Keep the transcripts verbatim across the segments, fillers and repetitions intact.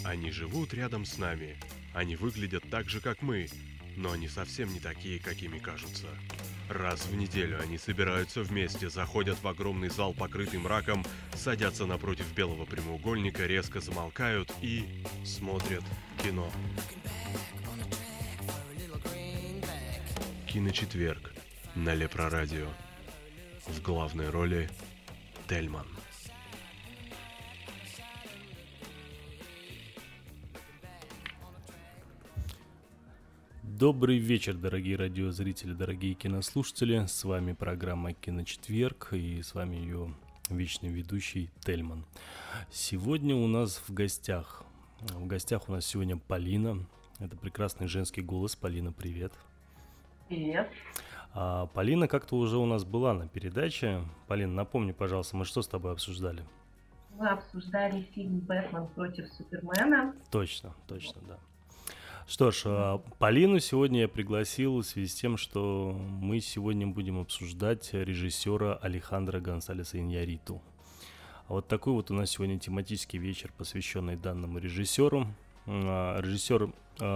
Они живут рядом с нами. Они выглядят так же, как мы, но они совсем не такие, какими кажутся. Раз в неделю они собираются вместе, заходят в огромный зал, покрытый мраком, садятся напротив белого прямоугольника, резко замолкают и смотрят кино. Киночетверг на Лепрорадио. В главной роли Тельман. Добрый вечер, дорогие радиозрители, дорогие кинослушатели. С вами программа «Киночетверг» и с вами ее вечный ведущий Тельман. Сегодня у нас в гостях, в гостях у нас сегодня Полина. Это прекрасный женский голос. Полина, привет. Привет. А, Полина как-то уже у нас была на передаче. Полина, напомни, пожалуйста, мы что с тобой обсуждали? Мы обсуждали фильм «Бэтмен против Супермена». Точно, точно, да. Что ж, Полину сегодня я пригласил в связи с тем, что мы сегодня будем обсуждать режиссера Алехандро Гонсалеса Иньярриту. Вот такой вот у нас сегодня тематический вечер, посвященный данному режиссеру. Режиссер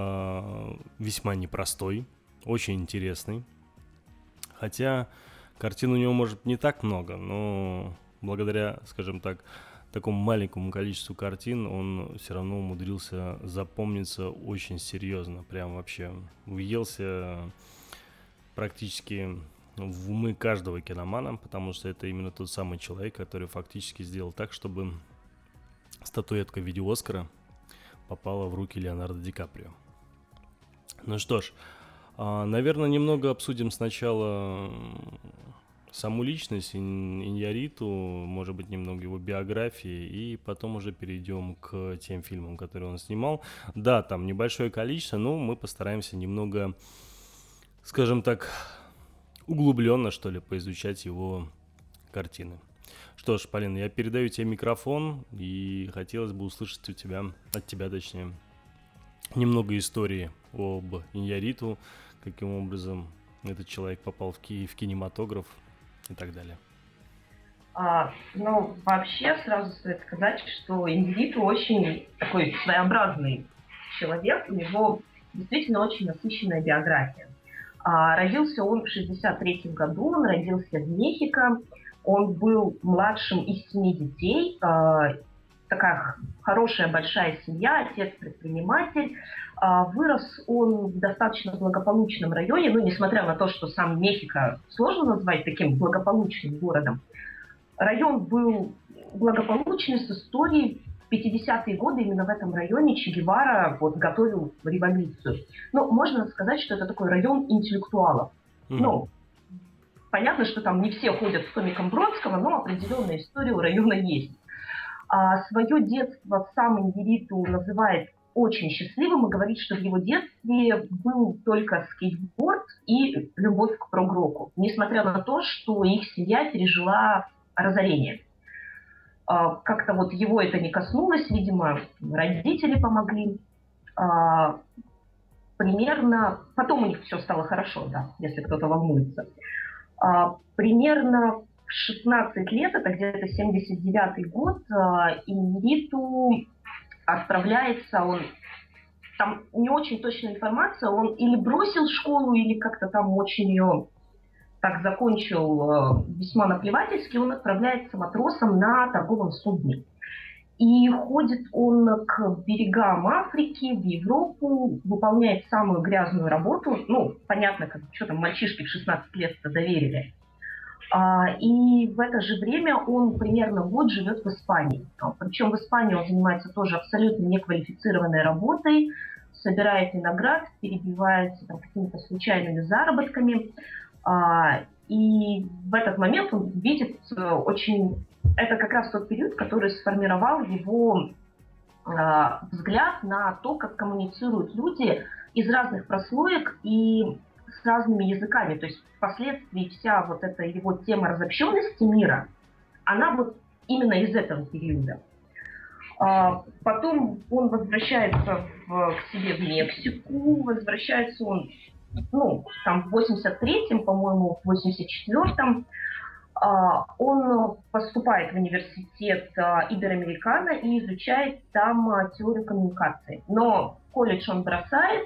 весьма непростой, очень интересный. Хотя картин у него может не так много, но благодаря, скажем так, такому маленькому количеству картин он все равно умудрился запомниться очень серьезно. Прям вообще въелся практически в умы каждого киномана, потому что это именно тот самый человек, который фактически сделал так, чтобы статуэтка в виде Оскара попала в руки Леонардо Ди Каприо. Ну что ж, наверное, немного обсудим сначала саму личность Иньярриту, может быть, немного его биографии, и потом уже перейдем к тем фильмам, которые он снимал. Да, там небольшое количество, но мы постараемся немного, скажем так, углубленно, что ли, поизучать его картины. Что ж, Полина, я передаю тебе микрофон, и хотелось бы услышать у тебя, от тебя, точнее, немного истории об Иньярриту, каким образом этот человек попал в, ки- в кинематограф и так далее. А, ну, вообще, сразу стоит сказать, что Иньярриту очень такой своеобразный человек, у него действительно очень насыщенная биография. А, родился он в шестьдесят третьем году, он родился в Мехико, он был младшим из семи детей, а, такая хорошая большая семья, отец предприниматель. А, вырос он в достаточно благополучном районе, ну, несмотря на то, что сам Мехико сложно назвать таким благополучным городом. Район был благополучный, с историей. В пятидесятые годы именно в этом районе Че Гевара вот, готовил революцию. Ну, можно сказать, что это такой район интеллектуалов. Mm-hmm. Ну, понятно, что там не все ходят с томиком Бродского, но определенная история у района есть. А свое детство сам Иньярриту называет очень счастливым и говорит, что в его детстве был только скейтборд и любовь к прог-року, несмотря на то, что их семья пережила разорение. А, как-то вот его это не коснулось, видимо, родители помогли. А, примерно, потом у них все стало хорошо, да, если кто-то волнуется. А, примерно в шестнадцать лет, это где-то семьдесят девятый год, Иньярриту отправляется, он, там не очень точная информация, он или бросил школу, или как-то там очень ее так закончил весьма наплевательски, он отправляется матросом на торговом судне. И ходит он к берегам Африки, в Европу, выполняет самую грязную работу, ну, понятно, как, что там мальчишки в шестнадцать лет-то доверили. И в это же время он примерно год живет в Испании. Причем в Испании он занимается тоже абсолютно неквалифицированной работой, собирает виноград, перебивается там какими-то случайными заработками. И в этот момент он видит очень... Это как раз тот период, который сформировал его взгляд на то, как коммуницируют люди из разных прослоек и с разными языками. То есть впоследствии вся вот эта его тема разобщенности мира, она вот именно из этого периода. А, потом он возвращается в, к себе в Мексику, возвращается он, ну, там в восемьдесят третьем, по-моему, в восемьдесят четвёртом. Он поступает в университет Ибероамерикано и изучает там теорию коммуникации. Но колледж он бросает.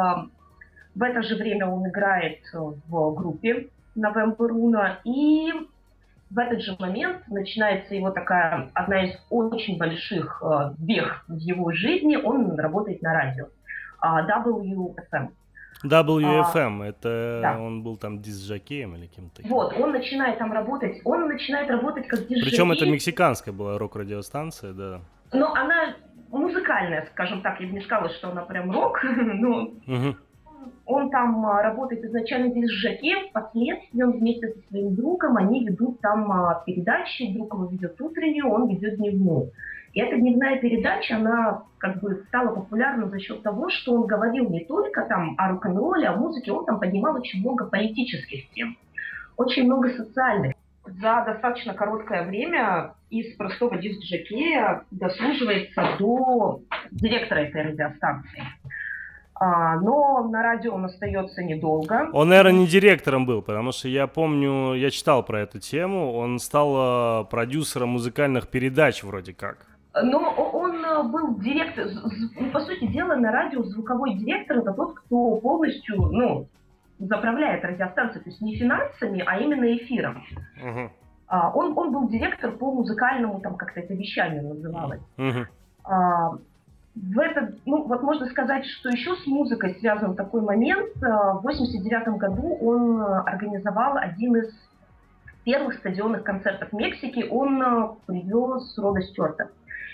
В это же время он играет в группе November Uno. И в этот же момент начинается его такая, одна из очень больших вех в его жизни. Он работает на радио. дабл ю эф эм. дабл ю эф эм, а, это да. Он был там диск-жокеем или кем-то? Вот, он начинает там работать, он начинает работать как диск-жокей. Причем это мексиканская была рок-радиостанция, да. Но она музыкальная, скажем так, я бы не сказала, что она прям рок, но угу. Он там работает изначально диск-жокеем, впоследствии он вместе со своим другом, они ведут там передачи, друг его ведет утреннюю, он ведет дневную. И эта дневная передача, она как бы стала популярна за счет того, что он говорил не только там о рок-н-ролле, о музыке, он там поднимал очень много политических тем, очень много социальных. За достаточно короткое время из простого диск-жокея дослуживается до директора этой радиостанции. А, но на радио он остается недолго. Он, наверное, не директором был, потому что я помню, я читал про эту тему, он стал продюсером музыкальных передач вроде как. Но он был директор, по сути дела, на радио звуковой директор — это тот, кто полностью, ну, заправляет радиостанцию, то есть не финансами, а именно эфиром. Uh-huh. А, он, он был директор по музыкальному, там как-то это вещанию называлось. Uh-huh. А, в этот, ну, вот можно сказать, что еще с музыкой связан такой момент. В восемьдесят девятом году он организовал один из первых стадионных концертов Мексики. Он привез Рода Стюарта.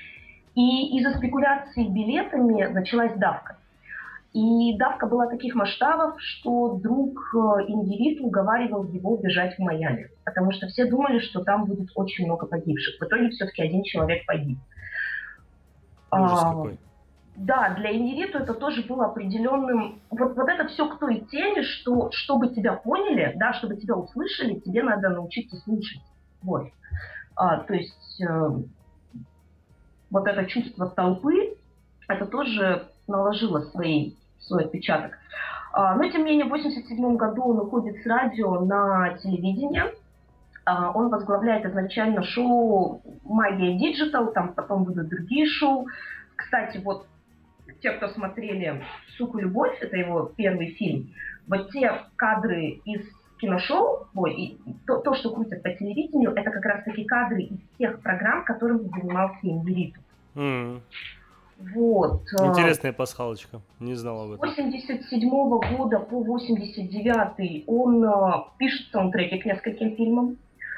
И из-за спекуляций билетами началась давка. И давка была таких масштабов, что друг Иньярриту уговаривал его бежать в Майами. Потому что все думали, что там будет очень много погибших. В итоге все-таки один человек погиб. Ужас какой. Да, для Иньярриту это тоже было определенным... Вот, вот это все к той теме, что чтобы тебя поняли, да, чтобы тебя услышали, тебе надо научиться слушать. Вот. А, то есть э, вот это чувство толпы, это тоже наложило свои, свой отпечаток. А, но, тем не менее, в восемьдесят седьмом году он уходит с радио на телевидение. А, он возглавляет изначально шоу «Магия Диджитал», там потом будут другие шоу. Кстати, вот те, кто смотрели «Сука, любовь», это его первый фильм, вот те кадры из киношоу, ой, и то, то, что крутят по телевидению, это как раз-таки кадры из тех программ, которыми занимался Иньярриту. Mm. Вот. Интересная пасхалочка, не знала об этом. С восемьдесят седьмого года по восемьдесят девятый он пишет саундтреки к нескольким фильмам.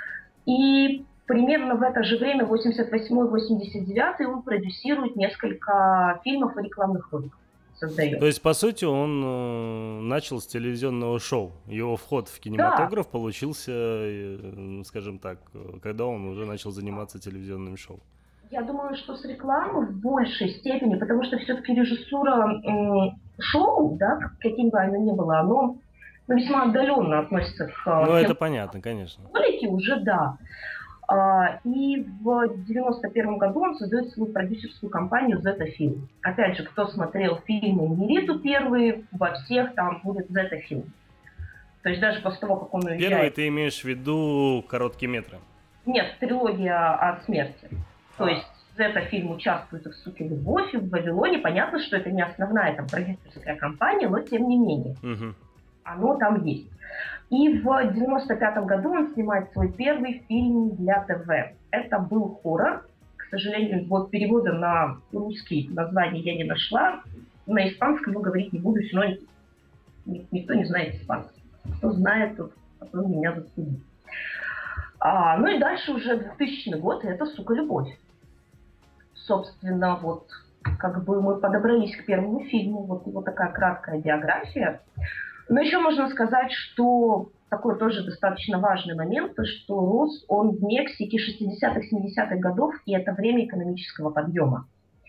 И примерно в это же время, восемьдесят восьмой — восемьдесят девятый, он продюсирует несколько фильмов и рекламных роликов. Создает. То есть, по сути, он э, начал с телевизионного шоу. Его вход в кинематограф да. получился, э, скажем так, когда он уже начал заниматься телевизионным шоу. Я думаю, что с рекламой в большей степени, потому что все-таки режиссура э, шоу, да, каким бы оно ни было, оно ну, весьма отдаленно относится к... Ну, это понятно, конечно. Ролики уже, да. Uh, и в девяносто первом году он создает свою продюсерскую компанию Zeta Film. Опять же, кто смотрел фильмы Иньярриту первые, во всех там будет Zeta Film. То есть даже после того, как он уезжает... Первый ты имеешь в виду короткие метры? Нет, трилогия о смерти. То есть Zeta Film участвует в «Суке, любовь», и в «Вавилоне». Понятно, что это не основная там продюсерская компания, но тем не менее. Uh-huh. Оно там есть. И в девяносто пятом году он снимает свой первый фильм для ТВ. Это был хоррор. К сожалению, вот перевода на русский название я не нашла. На испанском, но говорить не буду, все равно никто не знает испанский. Кто знает, тот потом меня засудит. А, ну и дальше уже двухтысячный год, и это «Сука, любовь». Собственно, вот как бы мы подобрались к первому фильму. Вот его такая краткая биография. Но еще можно сказать, что такой тоже достаточно важный момент, то что рос он в Мексике шестидесятых, семидесятых годов, и это время экономического подъема.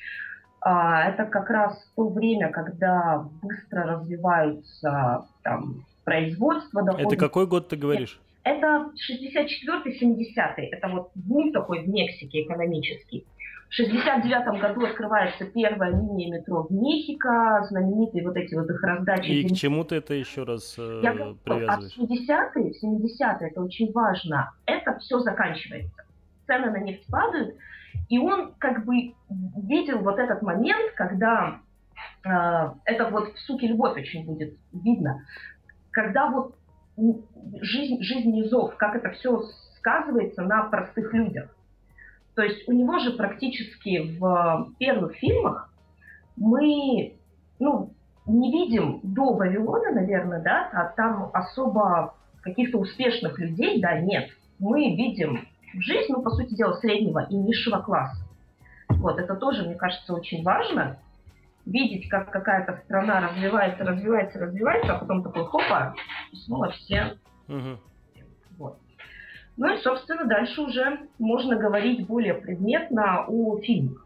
Это как раз то время, когда быстро развиваются там, производство, доходы. Это какой год ты говоришь? Это шестьдесят четвёртый — семидесятый. Это вот бум такой в Мексике экономический. В шестьдесят девятом году открывается первая линия метро в Мехико, знаменитые вот эти вот их раздачи. И к чему ты это еще раз э, Я говорю, привязываешь? А в семидесятые, в семидесятые, это очень важно, это все заканчивается. Цены на нефть падают, и он как бы видел вот этот момент, когда э, это вот в «Суке любовь» очень будет видно, когда вот жизнь, жизнь низов, как это все сказывается на простых людях. То есть у него же практически в первых фильмах мы, ну, не видим до «Вавилона», наверное, да, а там особо каких-то успешных людей, да, нет. Мы видим жизнь, ну, по сути дела, среднего и низшего класса. Вот, это тоже, мне кажется, очень важно. Видеть, как какая-то страна развивается, развивается, развивается, а потом такой хопа, и снова все. Угу. Вот. Ну и, собственно, дальше уже можно говорить более предметно о фильмах.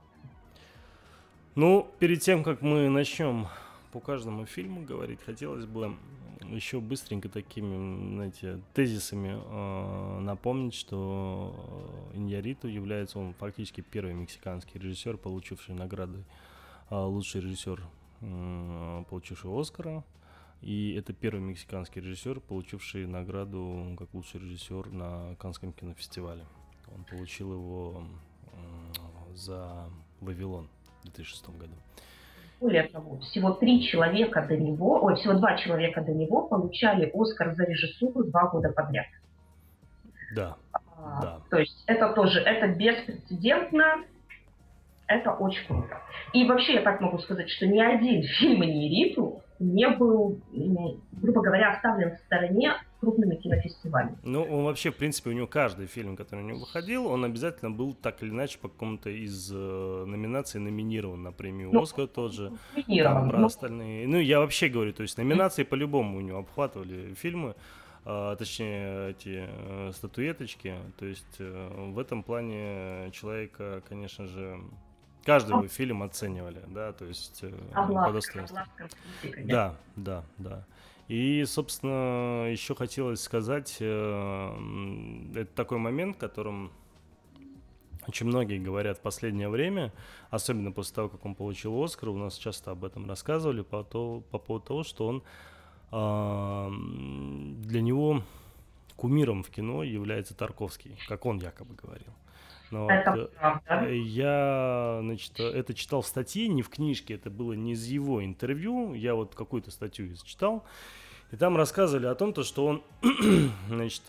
Ну, перед тем, как мы начнем по каждому фильму говорить, хотелось бы еще быстренько такими, знаете, тезисами э, напомнить, что Иньярриту является он фактически первый мексиканский режиссер, получивший награды э, лучший режиссер, э, получивший Оскара. И это первый мексиканский режиссер, получивший награду как лучший режиссер на Каннском кинофестивале. Он получил его э, за «Вавилон» в две тысячи шестом году. Более того, всего три человека до него, ой, всего два человека до него получали Оскар за режиссуру два года подряд. Да, а, да. То есть это тоже, это беспрецедентно, это очень круто. И вообще я так могу сказать, что ни один фильм Иньярриту не был, грубо говоря, оставлен в стороне крупными кинофестивалями. Ну, он вообще, в принципе, у него каждый фильм, который у него выходил, он обязательно был так или иначе по какому-то из э, номинаций номинирован на премию ну, «Оскар» тот же. Там, про ну... остальные. Ну, я вообще говорю, то есть номинации по-любому у него обхватывали фильмы, э, точнее, эти э, статуэточки. То есть э, в этом плане человека, конечно же... Каждый а... фильм оценивали, да, то есть э, по достоинству. Да, да, да. И, собственно, еще хотелось сказать, э, это такой момент, о котором очень многие говорят в последнее время, особенно после того, как он получил Оскар, у нас часто об этом рассказывали, по, то, по поводу того, что он э, для него кумиром в кино является Тарковский, как он якобы говорил. Но это вот, правда. Я, значит, это читал в статье, не в книжке, это было не из его интервью, я вот какую-то статью читал, и там рассказывали о том, то, что он, значит,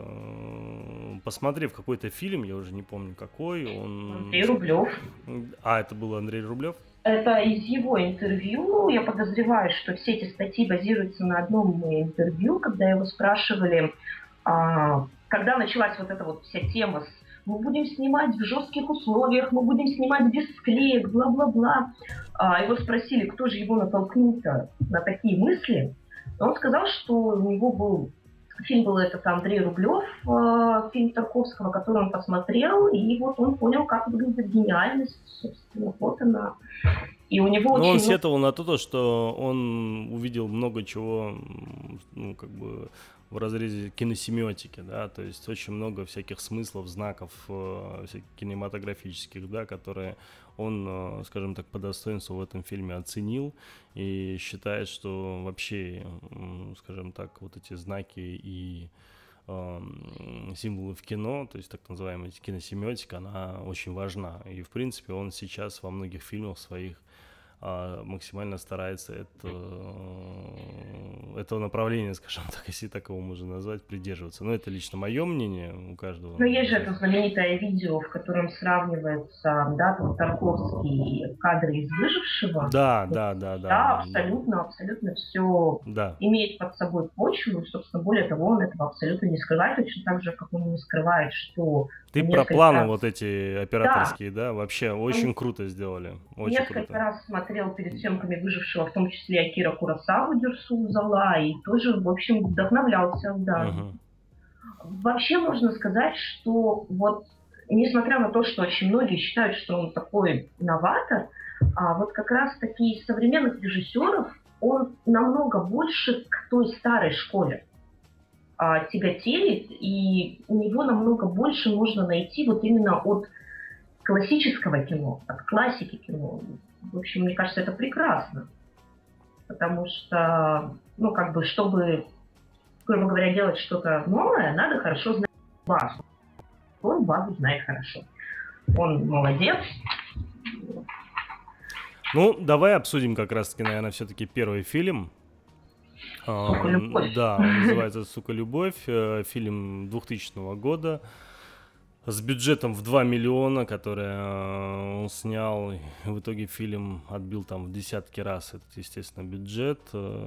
посмотрев какой-то фильм, я уже не помню какой, он... Андрей Рублев. А, это был Андрей Рублев? Это из его интервью, я подозреваю, что все эти статьи базируются на одном интервью, когда его спрашивали, когда началась вот эта вот вся тема с мы будем снимать в жестких условиях, мы будем снимать без склеек, бла-бла-бла. А, его спросили, кто же его натолкнул-то на такие мысли. Он сказал, что у него был... Фильм был этот Андрей Рублев, э, фильм Тарковского, который он посмотрел, и вот он понял, как выглядит гениальность, собственно, вот она. И у него Но очень... он сетовал на то, что он увидел много чего, ну, как бы... в разрезе киносемиотики, да, то есть очень много всяких смыслов, знаков э, всяких кинематографических, да, которые он, э, скажем так, по достоинству в этом фильме оценил и считает, что вообще, э, скажем так, вот эти знаки и э, символы в кино, то есть так называемая киносемиотика, она очень важна. И, в принципе, он сейчас во многих фильмах своих а максимально старается это, этого направления, скажем так, если так его можно назвать, придерживаться. Но это лично мое мнение, у каждого. Но есть же это знаменитое видео, в котором сравнивается, да, там, Тарковский кадры из «Выжившего». Да, да, да, да. Да, абсолютно, да. абсолютно все да. имеет под собой почву, и, собственно, более того, он этого абсолютно не скрывает, точно так же, как он не скрывает, что... Ты несколько... про планы вот эти операторские, да, да? Вообще очень он... круто сделали, очень Несколько круто. раз смотрел перед съемками «Выжившего», в том числе Акира Куросаву «Дюрсу Зала», и тоже, в общем, вдохновлялся, да. Uh-huh. Вообще можно сказать, что вот, несмотря на то, что очень многие считают, что он такой новатор, а вот как раз таки из современных режиссеров он намного больше к той старой школе а, тяготеет, и у него намного больше можно найти вот именно от классического кино, от классики кино. В общем, мне кажется, это прекрасно. Потому что, ну, как бы, чтобы, грубо говоря, делать что-то новое, надо хорошо знать базу. Он базу знает хорошо. Он молодец. Ну, давай обсудим как раз-таки, наверное, все-таки первый фильм. «Сука, любовь». Да, он называется «Сука, любовь». Фильм двухтысячного года с бюджетом в два миллиона, который он снял. В итоге фильм отбил там в десятки раз этот, естественно, бюджет.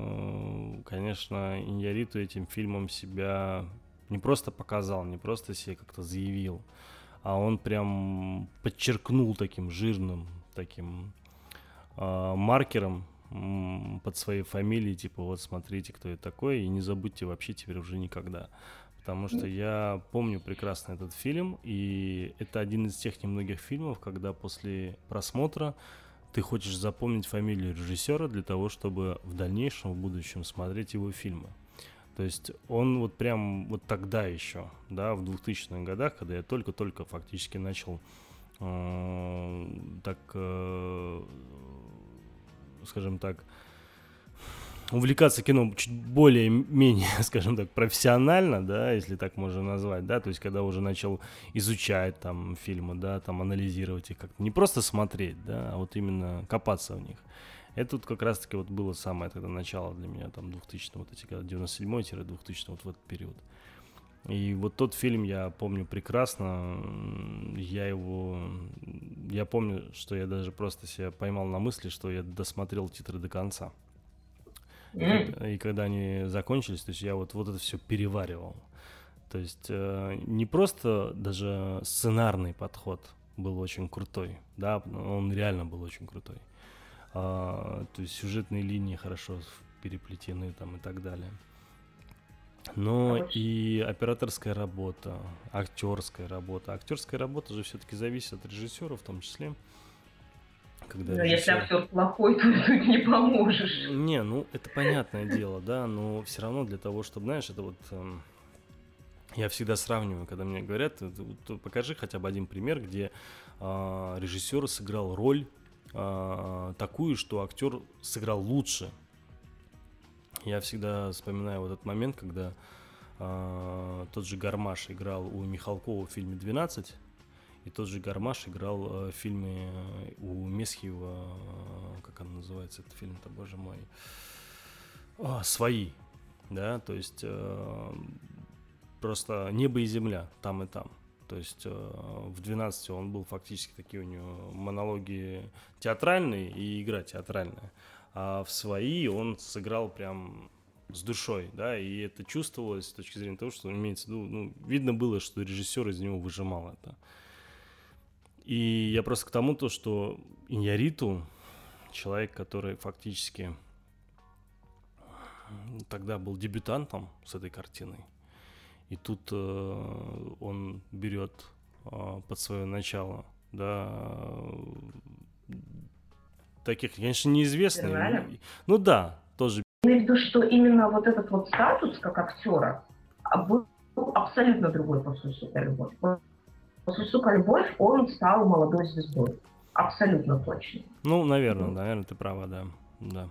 Конечно, Иньярриту этим фильмом себя не просто показал, не просто себе как-то заявил, а он прям подчеркнул таким жирным таким э, маркером м, под своей фамилией, типа вот смотрите, кто я такой, и не забудьте вообще теперь уже никогда. Потому что я помню прекрасно этот фильм, и это один из тех немногих фильмов, когда после просмотра ты хочешь запомнить фамилию режиссера для того, чтобы в дальнейшем, в будущем смотреть его фильмы. То есть он вот прям вот тогда еще, да, в двухтысячных годах, когда я только-только фактически начал э, так, э, скажем так, увлекаться кино чуть более-менее, скажем так, профессионально, да, если так можно назвать, да, то есть когда уже начал изучать там фильмы, да, там анализировать их как-то, не просто смотреть, да, а вот именно копаться в них. Это вот как раз-таки вот было самое тогда начало для меня, там, двухтысячного, вот эти, девяносто седьмой-двухтысячный, вот в этот период. И вот тот фильм я помню прекрасно, я его, я помню, что я даже просто себя поймал на мысли, что я досмотрел титры до конца. Mm. И, и когда они закончились, то есть я вот, вот это все переваривал. То есть э, не просто даже сценарный подход был очень крутой, да, он реально был очень крутой. А, то есть сюжетные линии хорошо переплетены там и так далее. Но и операторская работа, актерская работа. Актерская работа же все-таки зависит от режиссера в том числе. Когда но режиссер... если актер плохой, то тут не поможешь. Не, ну это понятное дело, да, но все равно для того, чтобы, знаешь, это вот... Эм, я всегда сравниваю, когда мне говорят, то покажи хотя бы один пример, где э, режиссер сыграл роль э, такую, что актер сыграл лучше. Я всегда вспоминаю вот этот момент, когда э, тот же Гармаш играл у Михалкова в фильме «двенадцать», и тот же Гармаш играл э, в фильме у Месхиева, э, как он называется, этот фильм-то, боже мой, а, «Свои», да, то есть э, просто небо и земля, там и там. То есть э, в двенадцати он был фактически такие у него монологи театральные и игра театральная. А в «Свои» он сыграл прям с душой, да, и это чувствовалось с точки зрения того, что имеется в виду, ну, видно было, что режиссер из него выжимал это. И я просто к тому, то, что Иньярриту, человек, который фактически тогда был дебютантом с этой картиной, и тут э, он берет э, под свое начало, да, таких, конечно, неизвестных. Ну да, тоже. Я имею в виду, что именно вот этот вот статус как актера был абсолютно другой после «Сука, любовь». После «Сука, любовь» он стал молодой звездой. Абсолютно точно. Ну, наверное, mm-hmm. наверное, ты права, да. да.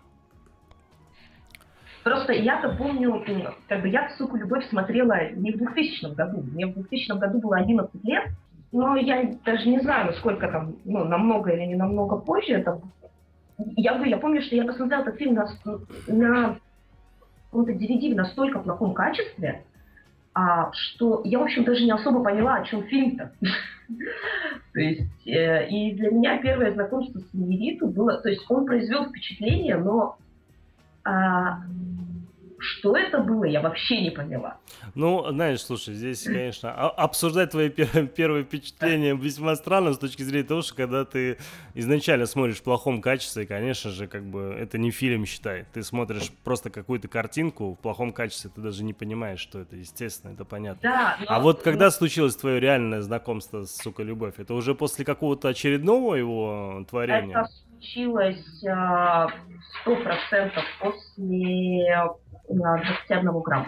Просто я-то помню, как бы я «Суку, любовь» смотрела не в двухтысячном году. Мне в двухтысячном году было одиннадцать лет, но я даже не знаю, сколько там, ну, намного или не намного позже это. Я говорю, я помню, что я посмотрела этот фильм на, на каком-то ди ви ди в настолько плохом качестве, а, что я, в общем, даже не особо поняла, о чем фильм-то. То есть, э, и для меня первое знакомство с Иньярриту было, то есть он произвел впечатление, но а, что это было, я вообще не поняла. Ну, знаешь, слушай, здесь, конечно, обсуждать твои первые впечатления весьма странно с точки зрения того, что когда ты изначально смотришь в плохом качестве, конечно же, как бы это не фильм, считай. Ты смотришь просто какую-то картинку в плохом качестве, ты даже не понимаешь, что это, естественно, это понятно. Да, но, а вот когда но... случилось твое реальное знакомство с «Сука, любовь», это уже после какого-то очередного его творения? Это случилось сто процентов после двадцати одного грамма.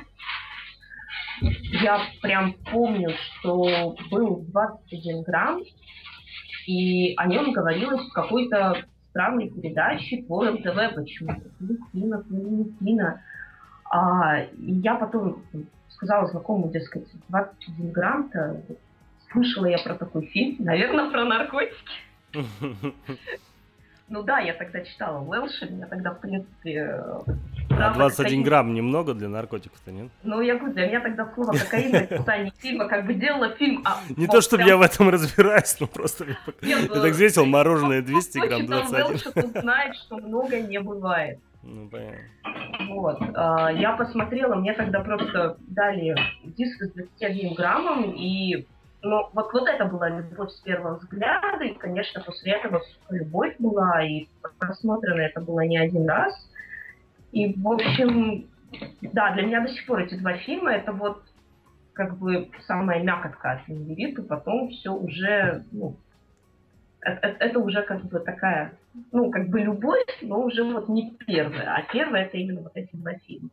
Я прям помню, что был двадцать один грамм, И о нем говорилось в какой-то странной передаче по эн тэ вэ почему-то. Кино, кино. А, и я потом сказала знакомому, дескать, двадцать один грамм-то, слышала я про такой фильм, наверное, про наркотики. Ну да, я тогда читала Уэлша, меня тогда, в принципе... А двадцать один грамм немного для наркотиков-то, нет? Ну, я говорю, для меня тогда слово «кокаин» в описании фильма как бы делала фильм... А, не то, чтобы я в этом разбираюсь, но просто я так взвесил мороженое двести грамм, двадцать один. Кто читал Уэлша, тот знает, что много не бывает. Ну, понятно. Вот. Я посмотрела, мне тогда просто дали диск с двадцатью одним граммом, и... Ну, вот, вот это была любовь с первого взгляда, и, конечно, после этого любовь была, и просмотрено это было не один раз. И, в общем, да, для меня до сих пор эти два фильма, это вот как бы самая мякотка от Иняриты, потом все уже, ну, это, это уже как бы такая, ну, как бы любовь, но уже вот не первая, а первая это именно вот эти два фильма.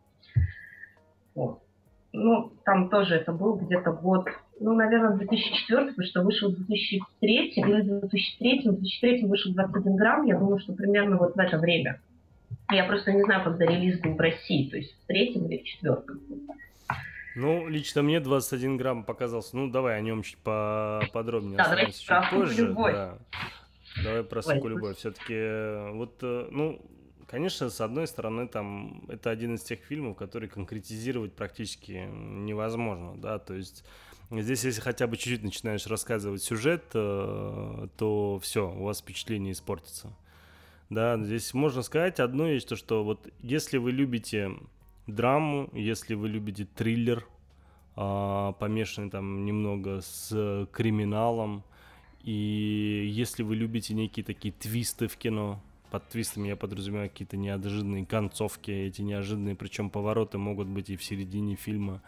Вот. Ну, там тоже это был где-то год, ну, наверное, две тысячи четвёртый, потому что вышел в две тысячи третьем, или в две тысячи третьем, в две тысячи третьем вышел двадцать один грамм, я думаю, что примерно вот в это время. Я просто не знаю, когда релиз был в России, то есть в третьем или в четвертом. Ну, лично мне двадцать один грамм показался. Ну, давай о нем чуть поподробнее. Да, давайте чуть про позже. «Суку любовь». Да. Давай про «Суку любовь». Все-таки, вот, ну, конечно, с одной стороны, там, это один из тех фильмов, который конкретизировать практически невозможно, да, то есть здесь, если хотя бы чуть-чуть начинаешь рассказывать сюжет, то все, у вас впечатление испортится. Да, здесь можно сказать одно есть, то, что вот если вы любите драму, если вы любите триллер, э, помешанный там немного с криминалом, и если вы любите некие такие твисты в кино, под твистами я подразумеваю какие-то неожиданные концовки, эти неожиданные, причем повороты могут быть и в середине фильма.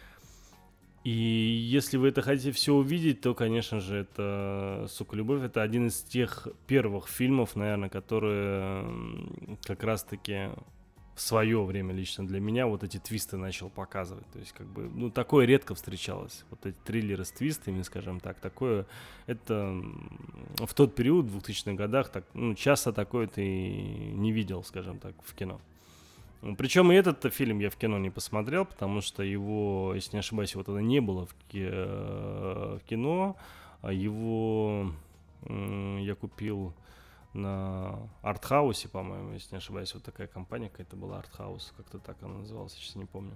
И если вы это хотите все увидеть, то, конечно же, это «Сука, любовь» — это один из тех первых фильмов, наверное, которые как раз-таки в свое время лично для меня вот эти твисты начал показывать. То есть, как бы, ну, такое редко встречалось. Вот эти триллеры с твистами, скажем так, такое, это в тот период, в двухтысячных годах, так, ну, часто такое ты не видел, скажем так, в кино. Причем и этот фильм я в кино не посмотрел, потому что его, если не ошибаюсь, его тогда не было в, ки- в кино. Его я купил на Артхаусе, по-моему, если не ошибаюсь. Вот такая компания какая-то была, Артхаус, как-то так она называлась, сейчас не помню.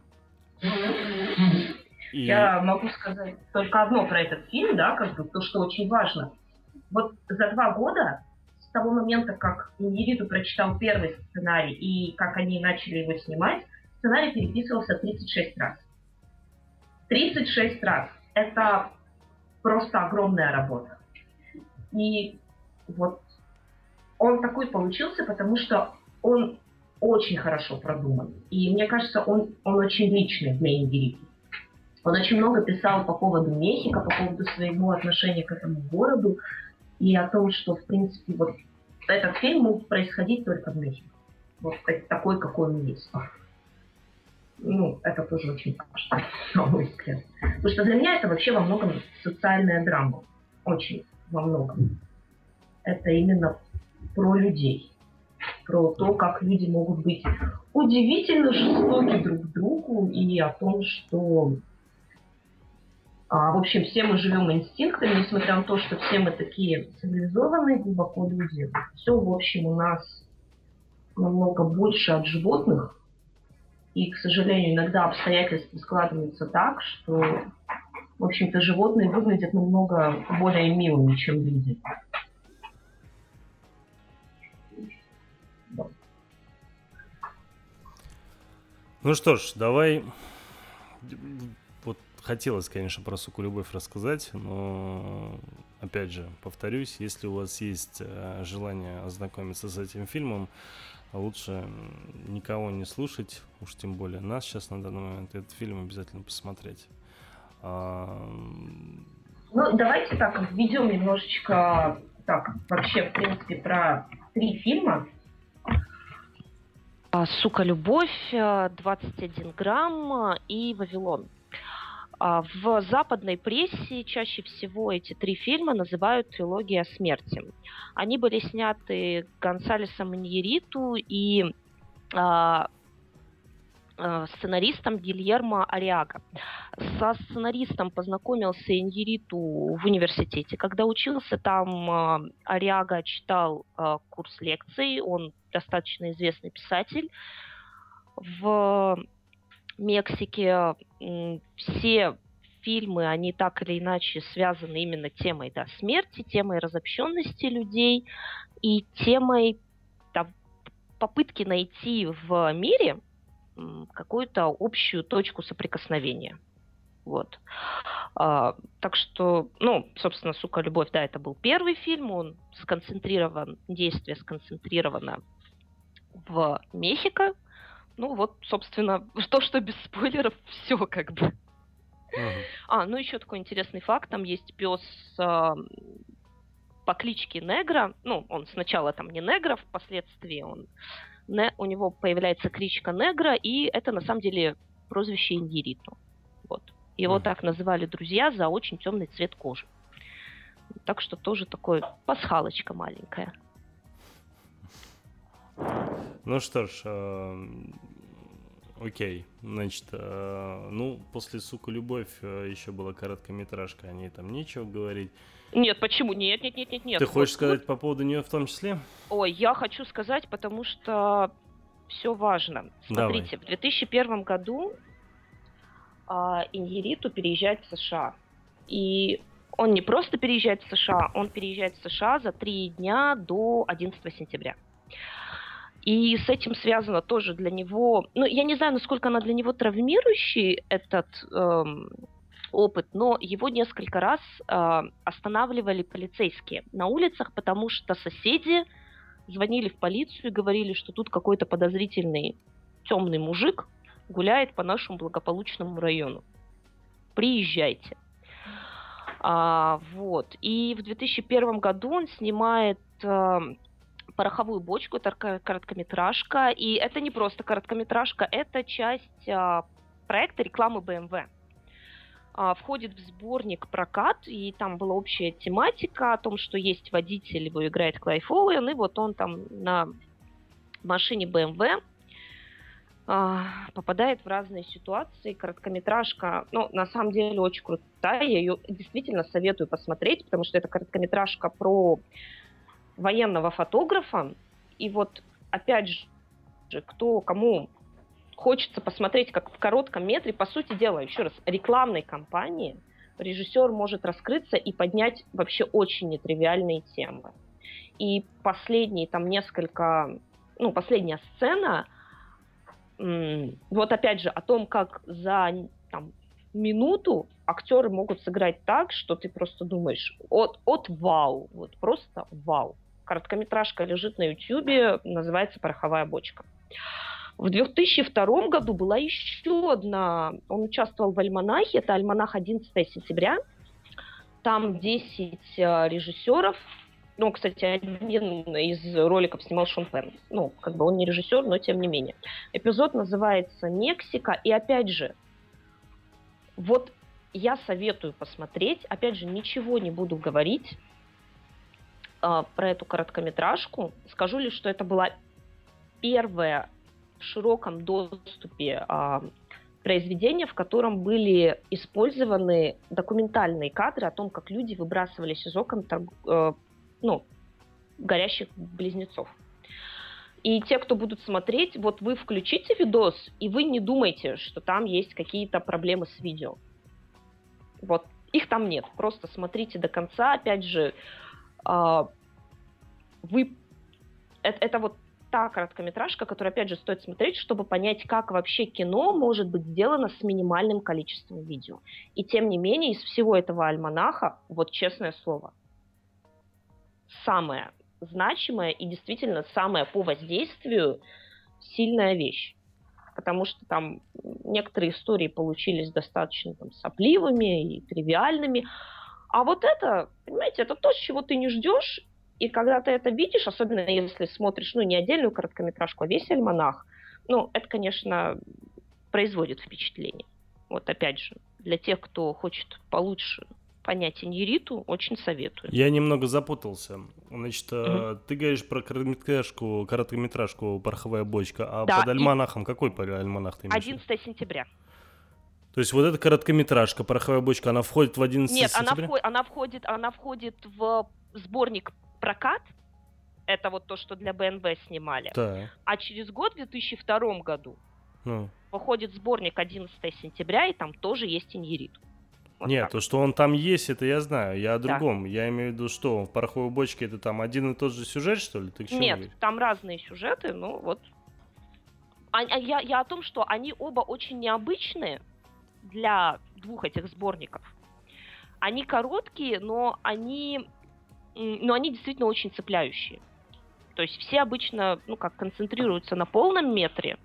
И... Я могу сказать только одно про этот фильм, да, как бы то, что очень важно. Вот за два года, с того момента, как Иняриtu прочитал первый сценарий и как они начали его снимать, сценарий переписывался тридцать шесть раз. тридцать шесть раз. Это просто огромная работа. И вот он такой получился, потому что он очень хорошо продуман. И мне кажется, он, он очень личный для Иняриtu. Он очень много писал по поводу Мехико, по поводу своего отношения к этому городу и о том, что, в принципе, вот этот фильм мог происходить только в Мехико. Вот такой, какой он есть. Ну, это тоже очень важно, на мой взгляд. Потому что для меня это вообще во многом социальная драма. Очень во многом. Это именно про людей. Про то, как люди могут быть удивительно жестоки друг к другу и о том, что А, в общем, все мы живем инстинктами, несмотря на то, что все мы такие цивилизованные, глубоко люди. Все, в общем, у нас намного больше от животных. И, к сожалению, иногда обстоятельства складываются так, что, в общем-то, животные выглядят намного более милыми, чем люди. Да. Ну что ж, давай... Хотелось, конечно, про «Суку любовь» рассказать, но, опять же, повторюсь, если у вас есть желание ознакомиться с этим фильмом, лучше никого не слушать, уж тем более нас сейчас на данный момент, этот фильм обязательно посмотреть. Ну, давайте так, введем немножечко, так, вообще, в принципе, про три фильма. «Сука любовь», «двадцать один грамм» и «Вавилон». В западной прессе чаще всего эти три фильма называют трилогией о смерти. Они были сняты Гонсалесом Иньярриту и а, а, сценаристом Гильермо Ариага. Со сценаристом познакомился Иньярриту в университете. Когда учился там, а, Ариага читал а, курс лекций, он достаточно известный писатель. В Мексике все фильмы, они так или иначе связаны именно темой, да, смерти, темой разобщенности людей и темой, да, попытки найти в мире какую-то общую точку соприкосновения. Вот. А, так что, ну, собственно, «Сука, любовь», да, это был первый фильм, он сконцентрирован, действие сконцентрировано в Мехико. Ну вот, собственно, то, что без спойлеров, все как бы. Uh-huh. А, ну еще такой интересный факт, там есть пес э, по кличке Негро, ну, он сначала там не Негро, впоследствии он, не, у него появляется кличка Негро, и это на самом деле прозвище Иньярриту. Вот. Его uh-huh. так называли друзья за очень темный цвет кожи. Так что тоже такой пасхалочка маленькая. Ну что ж, э, окей, значит, э, ну, после «Сука, любовь» еще была короткометражка, о ней там нечего говорить. Нет, почему? Нет, нет, нет, нет, нет. Ты хочешь вот, сказать вот... по поводу нее в том числе? Ой, я хочу сказать, потому что все важно. Смотрите, Давай. В две тысячи первом году э, Иньярриту переезжает в США. И он не просто переезжает в США, он переезжает в США за три дня до одиннадцатого сентября. И с этим связано тоже для него, ну, я не знаю, насколько она для него травмирующий, этот эм, опыт, но его несколько раз э, останавливали полицейские на улицах, потому что соседи звонили в полицию и говорили, что тут какой-то подозрительный темный мужик гуляет по нашему благополучному району. Приезжайте. А, вот. И в две тысячи первом году он снимает... Э, «Пороховую бочку», это короткометражка, и это не просто короткометражка, это часть а, проекта рекламы бэ эм вэ. А, входит в сборник «Прокат», и там была общая тематика о том, что есть водитель, его играет Клайв Оуэн, и вот он там на машине бэ эм вэ а, попадает в разные ситуации. Короткометражка, ну, на самом деле, очень крутая, я ее действительно советую посмотреть, потому что это короткометражка про военного фотографа, и вот опять же, кто, кому хочется посмотреть, как в коротком метре, по сути дела, еще раз, рекламной кампании, режиссер может раскрыться и поднять вообще очень нетривиальные темы. И последние там несколько, ну, последняя сцена, м- вот опять же, о том, как за там, минуту актеры могут сыграть так, что ты просто думаешь, от, от вау, вот просто вау. Короткометражка лежит на Ютьюбе, называется «Пороховая бочка». В две тысячи втором году была еще одна, он участвовал в альманахе, это альманах одиннадцатого сентября, там десять режиссеров, ну, кстати, один из роликов снимал Шон Пенн, ну, как бы он не режиссер, но тем не менее. Эпизод называется «Мексика», и опять же, вот я советую посмотреть, опять же, ничего не буду говорить, про эту короткометражку. Скажу лишь, что это была первое в широком доступе а, произведение, в котором были использованы документальные кадры о том, как люди выбрасывались из окон торг... э, ну, горящих близнецов. И те, кто будут смотреть, вот вы включите видос, и вы не думайте, что там есть какие-то проблемы с видео. Вот их там нет. Просто смотрите до конца. Опять же, вы... Это, это вот та короткометражка, которую, опять же, стоит смотреть, чтобы понять, как вообще кино может быть сделано с минимальным количеством видео. И тем не менее, из всего этого альманаха, вот честное слово, самое значимая и действительно самая по воздействию сильная вещь. Потому что там некоторые истории получились достаточно там, сопливыми и тривиальными. А вот это, понимаете, это то, чего ты не ждешь. И когда ты это видишь, особенно если смотришь, ну, не отдельную короткометражку, а весь альманах, ну, это, конечно, производит впечатление. Вот опять же, для тех, кто хочет получше понять Иньярриту, очень советую. Я немного запутался. Значит, угу. ты говоришь про короткометражку, короткометражку «Пороховая бочка», а да, под альманахом и... какой альманах ты имеешь? одиннадцатого сентября. То есть вот эта короткометражка «Пороховая бочка», она входит в одиннадцатое Нет, сентября? Нет, она, она, входит, она входит в сборник «Прокат». Это вот то, что для бэ эн вэ снимали. Да. А через год, в две тысячи втором году, ну. выходит сборник одиннадцатого сентября, и там тоже есть Иньярриту. Вот Нет, так. То, что он там есть, это я знаю. Я о другом. Да. Я имею в виду, что в «Пороховой бочке» это там один и тот же сюжет, что ли? Ты к чему Нет, говоришь? Там разные сюжеты, ну вот. А, а я, я о том, что они оба очень необычные для двух этих сборников. Они короткие, но они, но они действительно очень цепляющие. То есть все обычно, ну как, концентрируются на полном метре.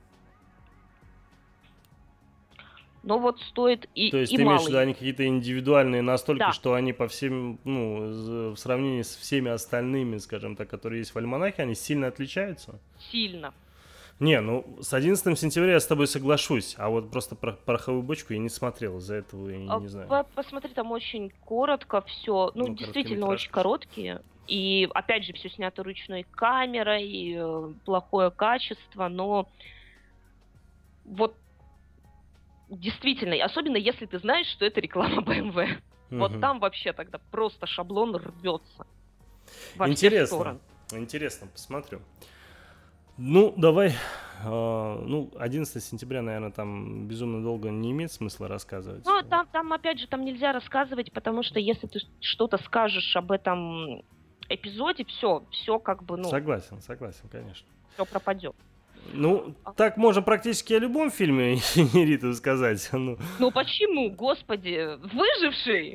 Но вот стоит и То есть и ты малый. имеешь в виду, они какие-то индивидуальные настолько, да. что они по всем, ну, в сравнении с всеми остальными, скажем так, которые есть в альманахе, они сильно отличаются? Сильно. Не, ну, с одиннадцатого сентября я с тобой соглашусь, а вот просто про «Пороховую бочку» я не смотрел, из-за этого я не, не знаю. Посмотри, там очень коротко все, ну, ну действительно очень короткие. И, опять же, все снято ручной камерой, э, плохое качество, но вот действительно, особенно если ты знаешь, что это реклама бэ эм вэ. Угу. Вот там вообще тогда просто шаблон рвется во Интересно. все стороны. Интересно, посмотрю. Ну, давай, э, ну, одиннадцатого сентября, наверное, там безумно долго не имеет смысла рассказывать. Ну, там, там, опять же, там нельзя рассказывать, потому что если ты что-то скажешь об этом эпизоде, все, все как бы, ну... Согласен, согласен, конечно. Все пропадет. Ну, так можно практически о любом фильме Иньярриту сказать. Ну, ну почему? Господи, «Выживший».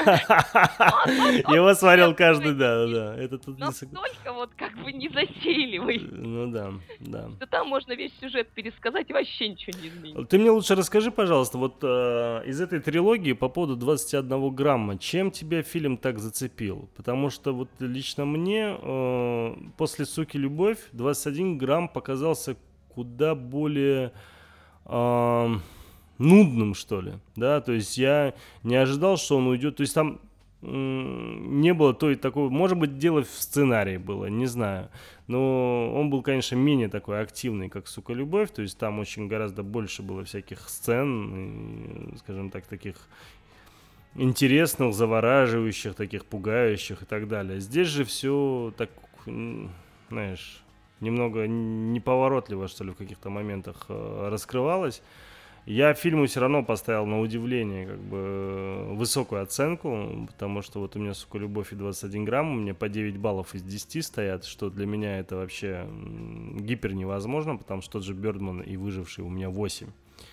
Его смотрел каждый, да, да. Это тут настолько вот как бы незатейливый. Ну да, да. Что там можно весь сюжет пересказать и вообще ничего не изменить. Ты мне лучше расскажи, пожалуйста, вот из этой трилогии по поводу двадцати одного грамма, чем тебя фильм так зацепил? Потому что вот лично мне после «Суки, любовь» двадцать один грамм показался куда более э, нудным, что ли, да, то есть я не ожидал, что он уйдет, то есть там э, не было той такого, может быть, дело в сценарии было, не знаю, но он был, конечно, менее такой активный, как «Сука, любовь», то есть там очень гораздо больше было всяких сцен, и, скажем так, таких интересных, завораживающих, таких пугающих и так далее. Здесь же все так, знаешь... немного неповоротливо, что ли, в каких-то моментах э, раскрывалось. Я фильму все равно поставил на удивление как бы высокую оценку, потому что вот у меня «Сука, любовь» и двадцать один грамм, у меня по девять баллов из десяти стоят, что для меня это вообще гипер невозможно, потому что тот же «Бёрдман» и «Выживший» у меня восемь.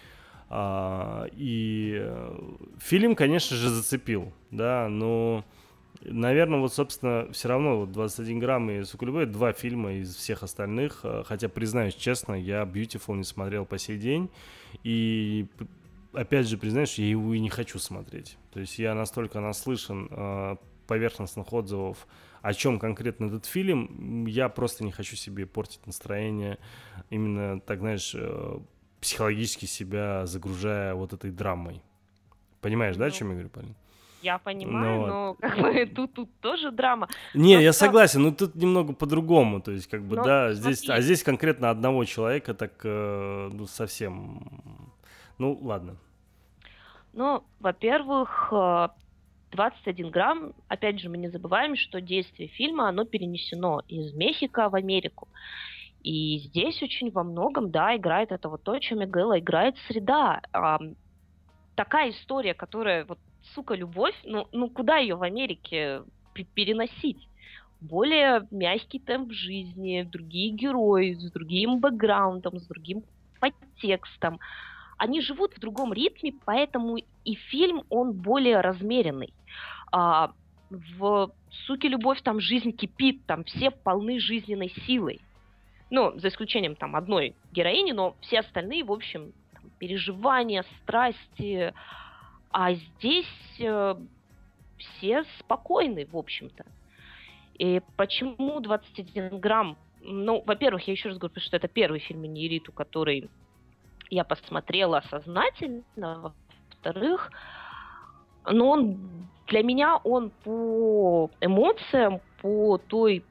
А, и фильм, конечно же, зацепил, да, но... Наверное, вот, собственно, все равно вот двадцать один грамм и «Сука, любовь» — два фильма из всех остальных. Хотя, признаюсь честно, я «Beautiful» не смотрел по сей день. И, опять же, признаюсь, я его и не хочу смотреть. То есть я настолько наслышан э, поверхностных отзывов, о чем конкретно этот фильм, я просто не хочу себе портить настроение. Именно, так, знаешь, э, психологически себя загружая вот этой драмой. Понимаешь, ну, да, о чем я говорю, Полин? Я понимаю, но, но как бы тут, тут тоже драма. Не, но я что... согласен, но тут немного по-другому, то есть как бы, но, да, смотри. здесь, а здесь конкретно одного человека так, э, ну, совсем, ну, ладно. Ну, во-первых, двадцать один грамм, опять же, мы не забываем, что действие фильма, оно перенесено из Мехико в Америку. И здесь очень во многом, да, играет это вот то, о чем я говорила, играет среда. А, такая история, которая вот «Сука, любовь», ну, ну куда ее в Америке переносить? Более мягкий темп жизни, другие герои, с другим бэкграундом, с другим подтекстом. Они живут в другом ритме, поэтому и фильм, он более размеренный. А, в «Суке, любовь» там жизнь кипит, там все полны жизненной силой. Ну, за исключением там одной героини, но все остальные, в общем, там, переживания, страсти... А здесь э, все спокойны, в общем-то. И почему двадцать один грамм? Ну, во-первых, я еще раз говорю, что это первый фильм Иньярриту, который я посмотрела сознательно. во-вторых, но он для меня он по эмоциям, по той...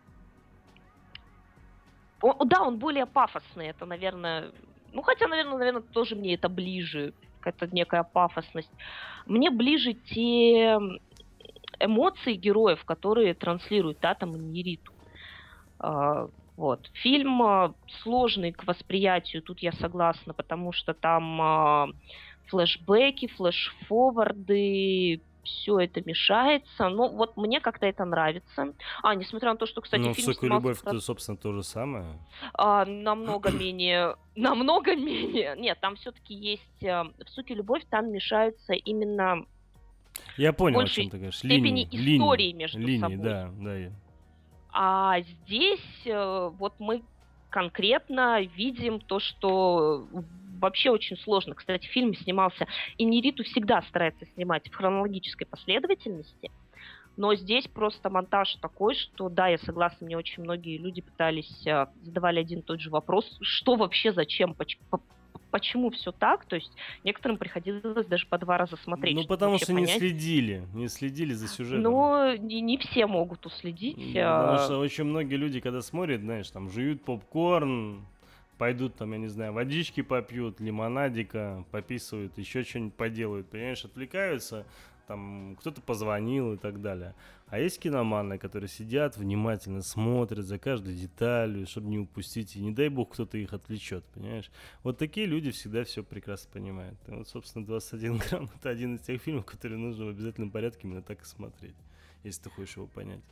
Он, да, он более пафосный, это, наверное... Ну, хотя, наверное, наверное, тоже мне это ближе, какая-то некая пафосность. Мне ближе те эмоции героев, которые транслируют, да, там, Иньярриту. А, вот. Фильм а, сложный к восприятию, тут я согласна, потому что там а, флешбеки, флешфорварды, все это мешается. Но вот мне как-то это нравится. А, несмотря на то, что, кстати, Ну, фильм «Высокая снимался... любовь» — это, собственно, то же самое. А, намного менее... Намного менее... Нет, там все-таки есть... А, в «Высокой любовь» там мешаются именно... Я понял, о большей чем ты говоришь. степени Линии, истории линии, между линии, собой. да, да. я- А здесь э, вот мы конкретно видим то, что вообще очень сложно. Кстати, фильм снимался... Иньярриту всегда старается снимать в хронологической последовательности, но здесь просто монтаж такой, что, да, я согласна, мне очень многие люди пытались, э, задавали один и тот же вопрос, что вообще, зачем, поч- по- почему все так, то есть некоторым приходилось даже по два раза смотреть. Ну, чтобы потому вообще что не понять. следили, не следили за сюжетом. Но не, не все могут уследить. Ну, Потому э, что очень многие люди, когда смотрят, знаешь, там, жуют попкорн, пойдут там, я не знаю, водички попьют, лимонадика, пописывают, еще что-нибудь поделают, понимаешь, отвлекаются, там, кто-то позвонил и так далее. А есть киноманы, которые сидят, внимательно смотрят за каждой деталью, чтобы не упустить, и не дай бог кто-то их отвлечет, понимаешь. Вот такие люди всегда все прекрасно понимают. И вот, собственно, двадцать один грамм — это один из тех фильмов, которые нужно в обязательном порядке именно так и смотреть, если ты хочешь его понять.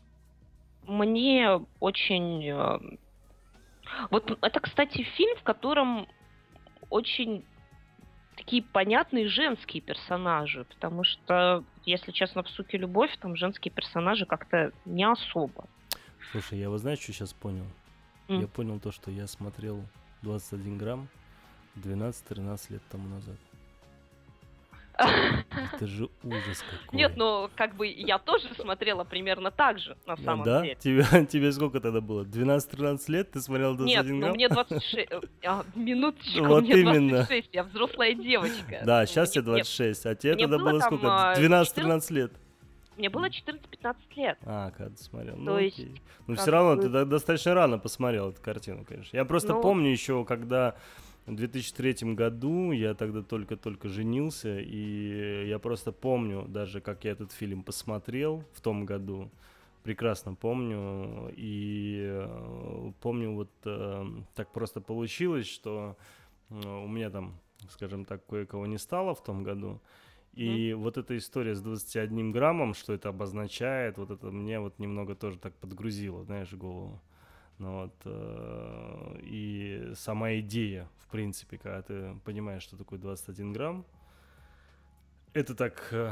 Мне очень... э, Вот это, кстати, фильм, в котором очень такие понятные женские персонажи, потому что, если честно, в «Суке любовь» там женские персонажи как-то не особо. Слушай, я вот знаешь, что сейчас понял? М. Я понял то, что я смотрел двадцать один грамм двенадцать-тринадцать лет тому назад. Это же ужас какой. Нет, ну, как бы я тоже смотрела примерно так же, на А, самом да? деле. Тебе, тебе сколько тогда было? двенадцать-тринадцать лет? Ты смотрел двадцать Нет, один ну грамм? мне двадцать шесть... э, а, Минуточку, Вот мне именно. двадцать шесть, я взрослая девочка. Да, Ну, сейчас мне- тебе двадцать шесть, а тебе мне тогда было было там, сколько? а, двенадцать-тринадцать лет. Мне было четырнадцать-пятнадцать лет. А, когда ты смотрел. Ну, То есть, окей. Ну, как все равно бы- ты до- достаточно рано посмотрел эту картину, конечно. Я просто Ну. помню еще, когда в две тысячи третьем году я тогда только-только женился, и я просто помню даже, как я этот фильм посмотрел в том году. Прекрасно помню. И э, помню, вот э, так просто получилось, что э, у меня там, скажем так, кое-кого не стало в том году. И вот эта история с двадцатью одним граммом, что это обозначает, вот это мне вот немного тоже так подгрузило, знаешь, в голову. Ну вот, э, и сама идея, в принципе, когда ты понимаешь, что такое двадцать один грамм, это так, э,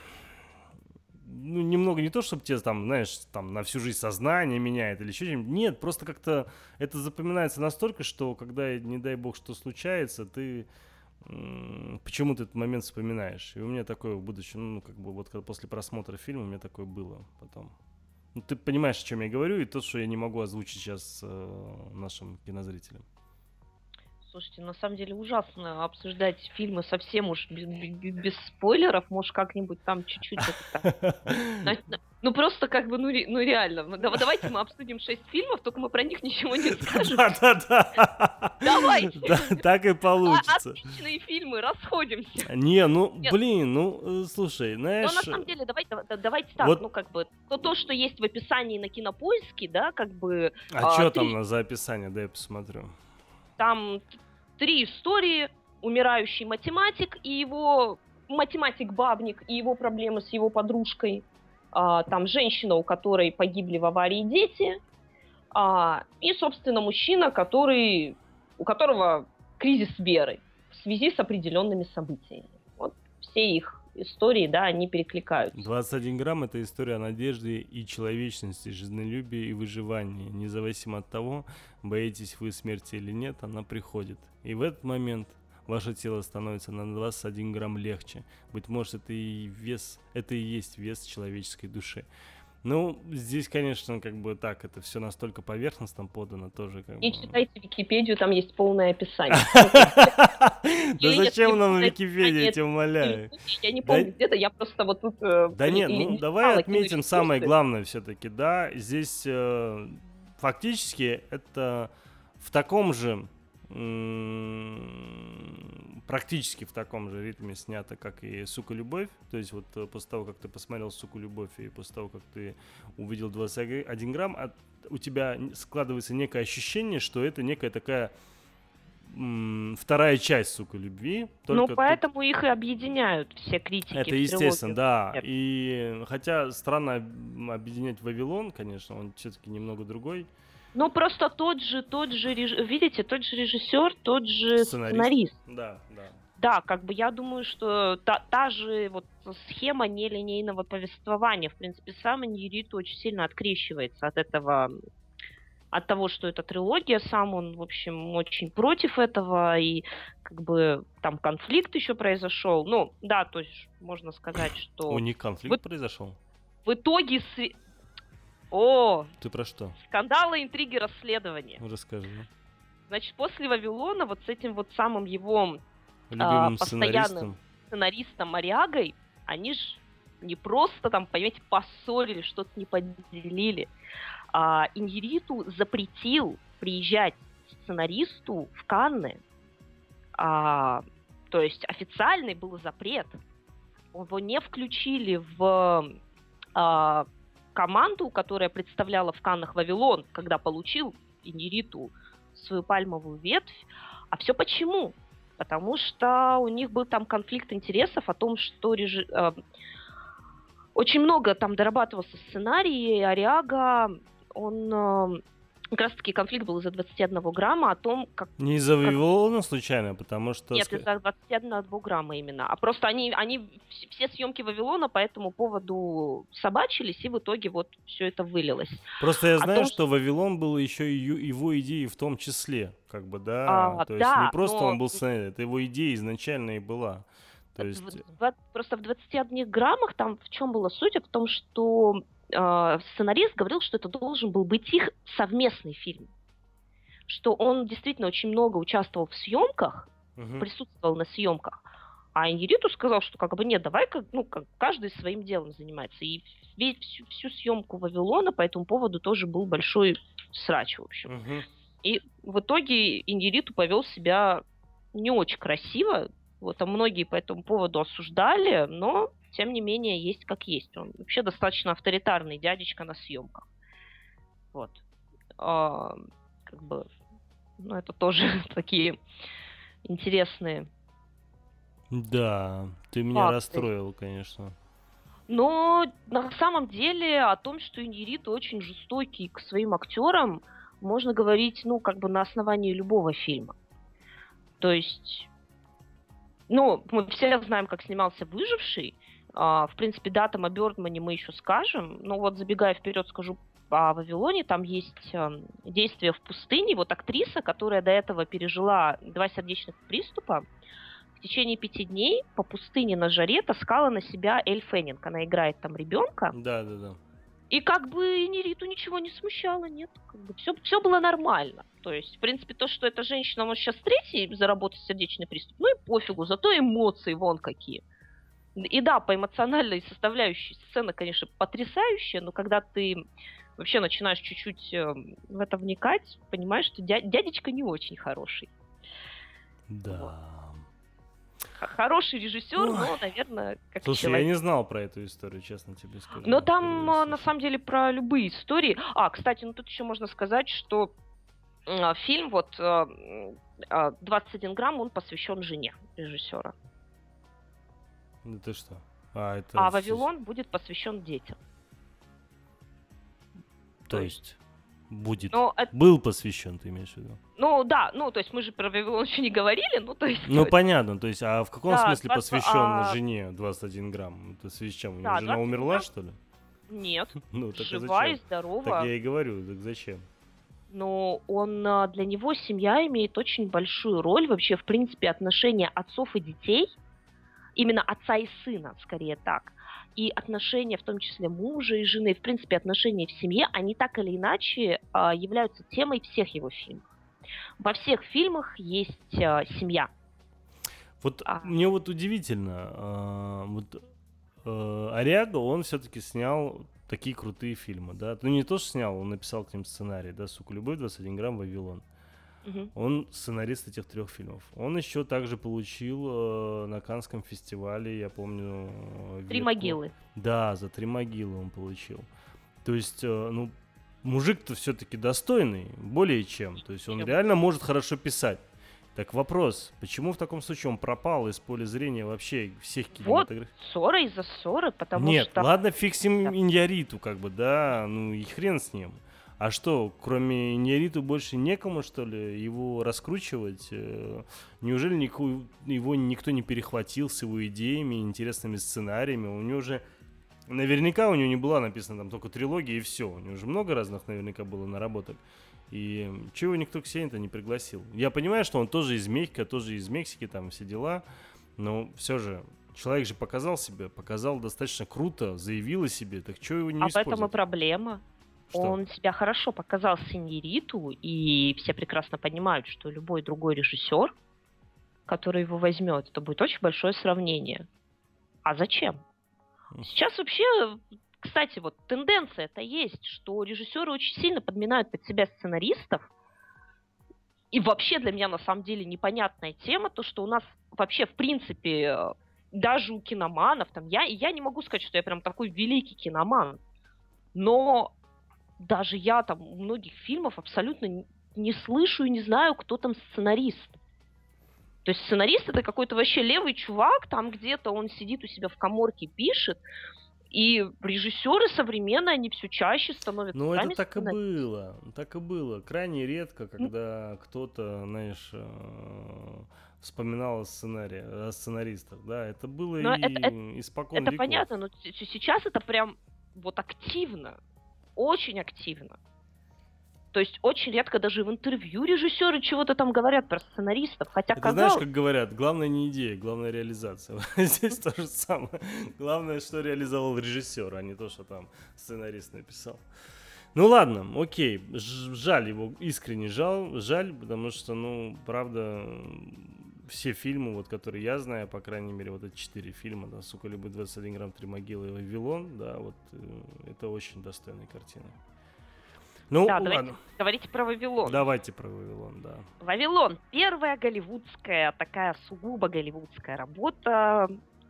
ну, немного не то, чтобы тебе там, знаешь, там на всю жизнь сознание меняет или еще что-нибудь. Нет, просто как-то это запоминается настолько, что когда, не дай бог, что случается, ты м, почему-то этот момент вспоминаешь. И у меня такое, будучи, ну, как бы, вот когда после просмотра фильма, у меня такое было потом. Ну, ты понимаешь, о чем я говорю, и то, что я не могу озвучить сейчас э, нашим кинозрителям. Слушайте, на самом деле ужасно обсуждать фильмы совсем уж без, без- без спойлеров. Может, как-нибудь там чуть-чуть это... на- на- Ну, просто как бы, ну, ре- ну реально. Ну, дава- Давайте мы обсудим шесть фильмов, только мы про них ничего не скажем. Да-да-да. Давайте. Да, так и А- получится. Отличные фильмы, расходимся. Не, ну, Нет. блин, ну, э, слушай, Но знаешь... на самом деле, давайте, да- давайте так, Вот- ну, как бы, то, то, что есть в описании на Кинопоиске, да, как бы... А а, что три- там на- за описание? Дай я посмотрю. Там т- три истории: умирающий математик и его математик-бабник и его проблемы с его подружкой. А, там женщина, у которой погибли в аварии дети. А, и, собственно, мужчина, который, у которого кризис веры в связи с определенными событиями. Вот все их истории, да, они перекликаются. двадцать один грамм — это история о надежде и человечности, жизнелюбии и выживании. Независимо от того, боитесь вы смерти или нет, она приходит. И в этот момент ваше тело становится на двадцать один грамм легче. Быть может, это и вес, это и есть вес человеческой души. Ну, здесь, конечно, как бы так, это все настолько поверхностно подано тоже. Как Не бы... читайте Википедию, там есть полное описание. Да зачем нам Википедия, я тебя умоляю? Я не помню, где-то я просто вот тут... Да нет, ну давай отметим самое главное все-таки, да, здесь фактически это в таком же, практически в таком же ритме снято, как и «Сука, любовь». То есть вот после того, как ты посмотрел «Суку, любовь», и после того, как ты увидел двадцать один грамм, от, у тебя складывается некое ощущение, что это некая такая м, вторая часть «Сука, любви». Ну, поэтому тут... их и объединяют все критики. Это естественно, да. Нет. И хотя странно объединять «Вавилон», конечно, он все-таки немного другой. Ну, просто тот же, тот же, видите, тот же режиссер, тот же сценарист. сценарист. Да, да. Да, как бы я думаю, что та, та же вот схема нелинейного повествования, в принципе, сам Иньярриту очень сильно открещивается от этого, от того, что это трилогия, сам он, в общем, очень против этого, и как бы там конфликт еще произошел. Ну, да, то есть можно сказать, что... У них конфликт в... произошел? В итоге... С... О! Ты про что? Скандалы, интриги, расследования. Расскажи. Значит, после «Вавилона» вот с этим вот самым его любимым а, постоянным сценаристом, сценаристом Ариагой, они ж не просто там, понимаете, поссорили, что-то не поделили. А, Иньярриту запретил приезжать сценаристу в Канны. А, то есть официальный был запрет. Его не включили в... А, команду, которая представляла в Каннах «Вавилон», когда получил Иньярриту свою пальмовую ветвь. А все почему? Потому что у них был там конфликт интересов о том, что режи... э, очень много там дорабатывался сценарий, и Ариага, он... Э, как раз-таки конфликт был из-за двадцати одного грамма о том, как... Не из-за как... «Вавилона» случайно, потому что... Нет, из-за двадцати одного грамма именно. А просто они, они все съемки «Вавилона» по этому поводу собачились, и в итоге вот все это вылилось. Просто я знаю, том, что «Вавилон» был еще и его идеей в том числе, как бы, да? А, То да, есть не просто но... он был сценарист, это его идея изначально и была. То есть... в, просто в двадцати одних граммах там в чем была суть? В том, что э, сценарист говорил, что это должен был быть их совместный фильм. Что он действительно очень много участвовал в съемках, uh-huh. присутствовал на съемках, а Иньярриту сказал, что как бы нет, давай как, ну, как каждый своим делом занимается. И весь, всю, всю съемку «Вавилона» по этому поводу тоже был большой срач, в общем. Uh-huh. И в итоге Иньярриту повел себя не очень красиво. Вот, а многие по этому поводу осуждали, но, тем не менее, есть как есть. Он вообще достаточно авторитарный дядечка на съемках. Вот. А, как бы, ну, это тоже такие интересные. Да, ты меня факты. Расстроил, конечно. Но на самом деле о том, что Иньярриту очень жестокий к своим актерам, можно говорить, ну, как бы на основании любого фильма. То есть... Ну, мы все знаем, как снимался «Выживший». А, в принципе, да, там о Бёрдмане мы еще скажем. Но вот забегая вперед, скажу о «Вавилоне». Там есть э, действие в пустыне. Вот актриса, которая до этого пережила два сердечных приступа, в течение пяти дней по пустыне на жаре таскала на себя Эль Феннинг. Она играет там ребенка. Да, да, да. И как бы Иньярриту ничего не смущало, нет. Как бы все, все было нормально. То есть, в принципе, то, что эта женщина может сейчас третий заработать сердечный приступ, ну и пофигу, зато эмоции вон какие. И да, по эмоциональной составляющей сцена, конечно, потрясающая, но когда ты вообще начинаешь чуть-чуть э, в это вникать, понимаешь, что дя- дядечка не очень хороший. Да. Вот. Хороший режиссер, Ой. но, наверное, как Слушай, человек. я не знал про эту историю, честно тебе скажу. Но там, на самом деле, про любые истории. А, кстати, ну тут еще можно сказать, что э, фильм, вот, э, двадцать один грамм, он посвящен жене режиссера. Да ты что? А, это... а «Вавилон» будет посвящен детям. То, то есть... Будет. Но это... Был посвящен, ты имеешь в виду? Ну да, ну то есть мы же про «Вавилон» еще не говорили, ну то есть... Ну понятно, то есть, а в каком да, смысле двадцать... посвящен а... жене двадцать один грамм? Это в связи с чем? Да, жена умерла, грамм... что ли? Нет, ну, так жива а и здорова. Так я и говорю, так зачем? Но он, для него семья имеет очень большую роль, вообще, в принципе, отношения отцов и детей, именно отца и сына, скорее так, и отношения, в том числе мужа и жены, в принципе, отношения в семье, они так или иначе а, являются темой всех его фильмов. Во всех фильмах есть а, семья. Вот а. мне вот удивительно, а, вот а, Ариаго, он все-таки снял такие крутые фильмы, да, ну не то, что снял, он написал к ним сценарий, да, «Сука, любовь», «двадцать один грамм», «Вавилон». Угу. Он сценарист этих трех фильмов. Он еще также получил э, на Каннском фестивале, я помню... Э, «Три могилы». Да, за «Три могилы» он получил. То есть, э, ну, мужик-то все-таки достойный, более чем. То есть он чем? реально может хорошо писать. Так вопрос, почему в таком случае он пропал из поля зрения вообще всех кинематографов? Вот, ссора из-за ссоры, потому Нет, что... Нет, ладно, фиксим да. Иньярриту, как бы, да, ну и хрен с ним. А что, кроме Иньярриту больше некому, что ли, его раскручивать? Неужели нику, его никто не перехватил с его идеями, интересными сценариями? У него же, наверняка у него не была написана там только трилогия и все. У него же много разных наверняка было наработок. И чего никто к Ксении-то не пригласил? Я понимаю, что он тоже из Мехико, тоже из Мексики, там все дела, но все же... Человек же показал себя, показал достаточно круто, заявил о себе, так чего его не использовать? Об этом и проблема. Что? Он себя хорошо показал с Иньярриту, и все прекрасно понимают, что любой другой режиссер, который его возьмет, это будет очень большое сравнение. А зачем? Сейчас вообще, кстати, вот тенденция-то есть, что режиссеры очень сильно подминают под себя сценаристов. И вообще для меня на самом деле непонятная тема, то, что у нас вообще в принципе, даже у киноманов, там, я, я не могу сказать, что я прям такой великий киноман, но... Даже я там у многих фильмов абсолютно не, не слышу и не знаю, кто там сценарист. То есть сценарист это какой-то вообще левый чувак, там где-то он сидит у себя в каморке, пишет, и режиссеры современные, они все чаще становятся Ну это так и было, так и было. Крайне редко, когда mm. кто-то, знаешь, вспоминал о сценарии, о сценаристах, да, это было но и это, это, испокон это веков. Понятно, но сейчас это прям вот активно. Очень активно. То есть очень редко даже в интервью режиссеры чего-то там говорят про сценаристов, хотя Это казалось... знаешь, как говорят, главное не идея, главное реализация. Здесь то же самое. Главное, что реализовал режиссер, а не то, что там сценарист написал. Ну ладно, окей, жаль его, искренне жаль, жаль, потому что, ну, правда, все фильмы, вот, которые я знаю, по крайней мере, вот эти четыре фильма, да, «Сука, любовь», «двадцать один грамм», «Три могилы» и «Вавилон», да, вот, это очень достойные картины. Ну, да, ладно. Давайте, говорите про «Вавилон». Давайте про «Вавилон», да. «Вавилон» — первая голливудская, такая сугубо голливудская работа.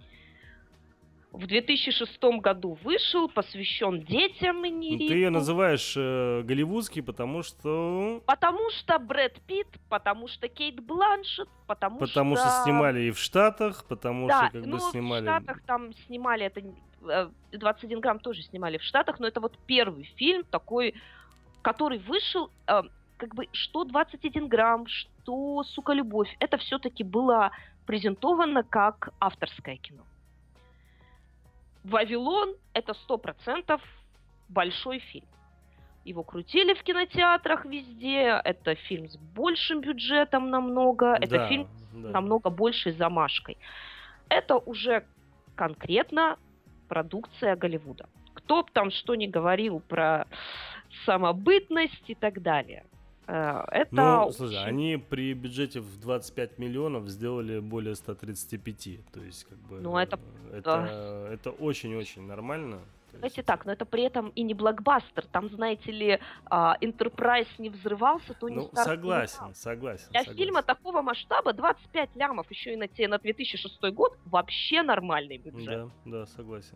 В две тысячи шестом году вышел, посвящен детям Иньярриту. Ты ее называешь э, голливудский, потому что... Потому что Брэд Питт, потому что Кейт Бланшетт, потому, потому что... Потому что снимали и в Штатах, потому да, что как ну, бы снимали... в Штатах там снимали, это двадцать один грамм тоже снимали в Штатах, но это вот первый фильм такой, который вышел, э, как бы, что двадцать один грамм, что «Сука, любовь», это все-таки было презентовано как авторское кино. «Вавилон» — это сто процентов большой фильм. Его крутили в кинотеатрах везде. Это фильм с большим бюджетом намного. Это да, фильм да. с намного большей замашкой. Это уже конкретно продукция Голливуда. Кто бы там что ни говорил про самобытность и так далее. Это ну, очень... слушай, они при бюджете в двадцать пять миллионов сделали более ста тридцати пяти. То есть, как бы, ну, это... Это, это очень-очень нормально. Знаете есть... так, но это при этом и не блокбастер. Там, знаете ли, Enterprise не взрывался, то не ну, Star согласен, не согласен. Для согласен. фильма такого масштаба двадцать пять лямов еще и на, те, на две тысячи шестой год вообще нормальный бюджет. Да, да, согласен.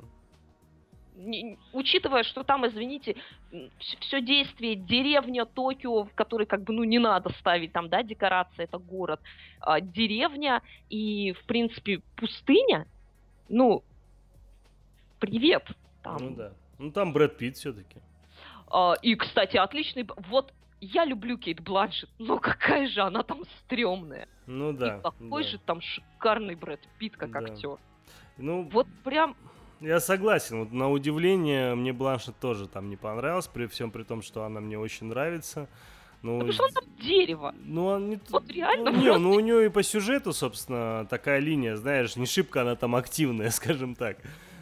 Не, учитывая, что там, извините, все действие, деревня Токио, в которой как бы, ну, не надо ставить там, да, декорация, это город, а, деревня и, в принципе, пустыня, ну, привет. Там. Ну да, ну там Брэд Питт все-таки. А, и, кстати, отличный, вот, я люблю Кейт Бланшетт, но какая же она там стрёмная. Ну да. И какой да. же там шикарный Брэд Питт как да. актер. Ну, вот прям... Я согласен, вот на удивление мне Бланшетт тоже там не понравилась, при всем при том, что она мне очень нравится. Ну, потому что он там дерево. Ну, он не... Вот реально. Ну, не, ну у нее и по сюжету, собственно, такая линия, знаешь, не шибко она там активная, скажем так.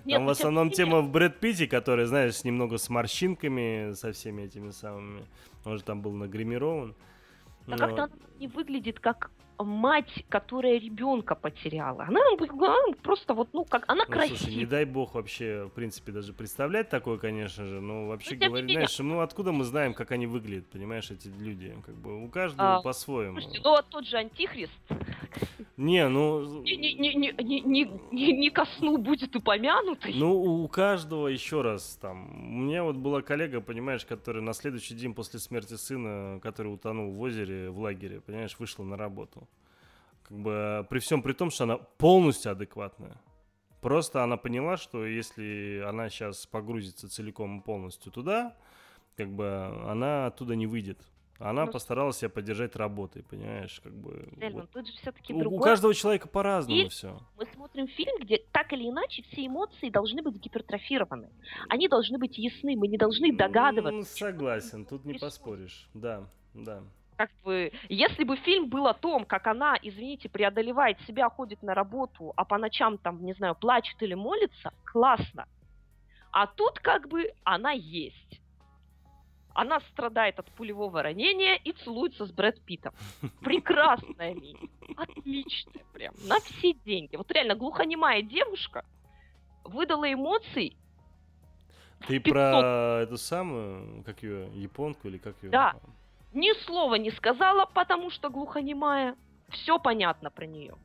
Нет, Там в ну, основном тем не тема в Брэд Питте, который, знаешь, немного с морщинками, со всеми этими самыми. Он же там был нагримирован. Да Но- как-то она не выглядит как мать, которая ребенка потеряла. Она, она просто вот, ну, как она Ну, слушай, не красивая. дай бог вообще, в принципе, даже представлять такое, конечно же, но вообще Ну, тем не говоря, менее. знаешь, ну откуда мы знаем, как они выглядят, понимаешь, эти люди, как бы у каждого А, по-своему. Слушайте, ну вот тот же антихрист Не, ну, не, не, не, не, не, не, не- не ко сну будет упомянутый. ну у каждого еще раз там. У меня вот была коллега, понимаешь, которая на следующий день после смерти сына, который утонул в озере, в лагере, понимаешь, вышла на работу. Как бы при всем при том, что она полностью адекватная. Просто она поняла, что если она сейчас погрузится целиком и полностью туда, как бы она оттуда не выйдет. Она Ну, постаралась себя поддержать работой, понимаешь, как бы. Эльман, Вот. тут же все-таки У, у другое. каждого человека по-разному И все. мы смотрим фильм, где так или иначе все эмоции должны быть гипертрофированы. Они должны быть ясны, мы не должны догадываться. Ну, согласен, тут не Рисует. поспоришь. Да, да. Как бы, если бы фильм был о том, как она, извините, преодолевает себя, ходит на работу, а по ночам там, не знаю, плачет или молится, классно. А тут как бы она есть. Она страдает от пулевого ранения и целуется с Брэд Питтом. Прекрасная миссия. Отличная прям. На все деньги. Вот реально глухонемая девушка выдала эмоций. Ты пятьсот. про эту самую, как ее, японку или как ее? Да. Ни слова не сказала, потому что глухонемая. Все понятно про нее.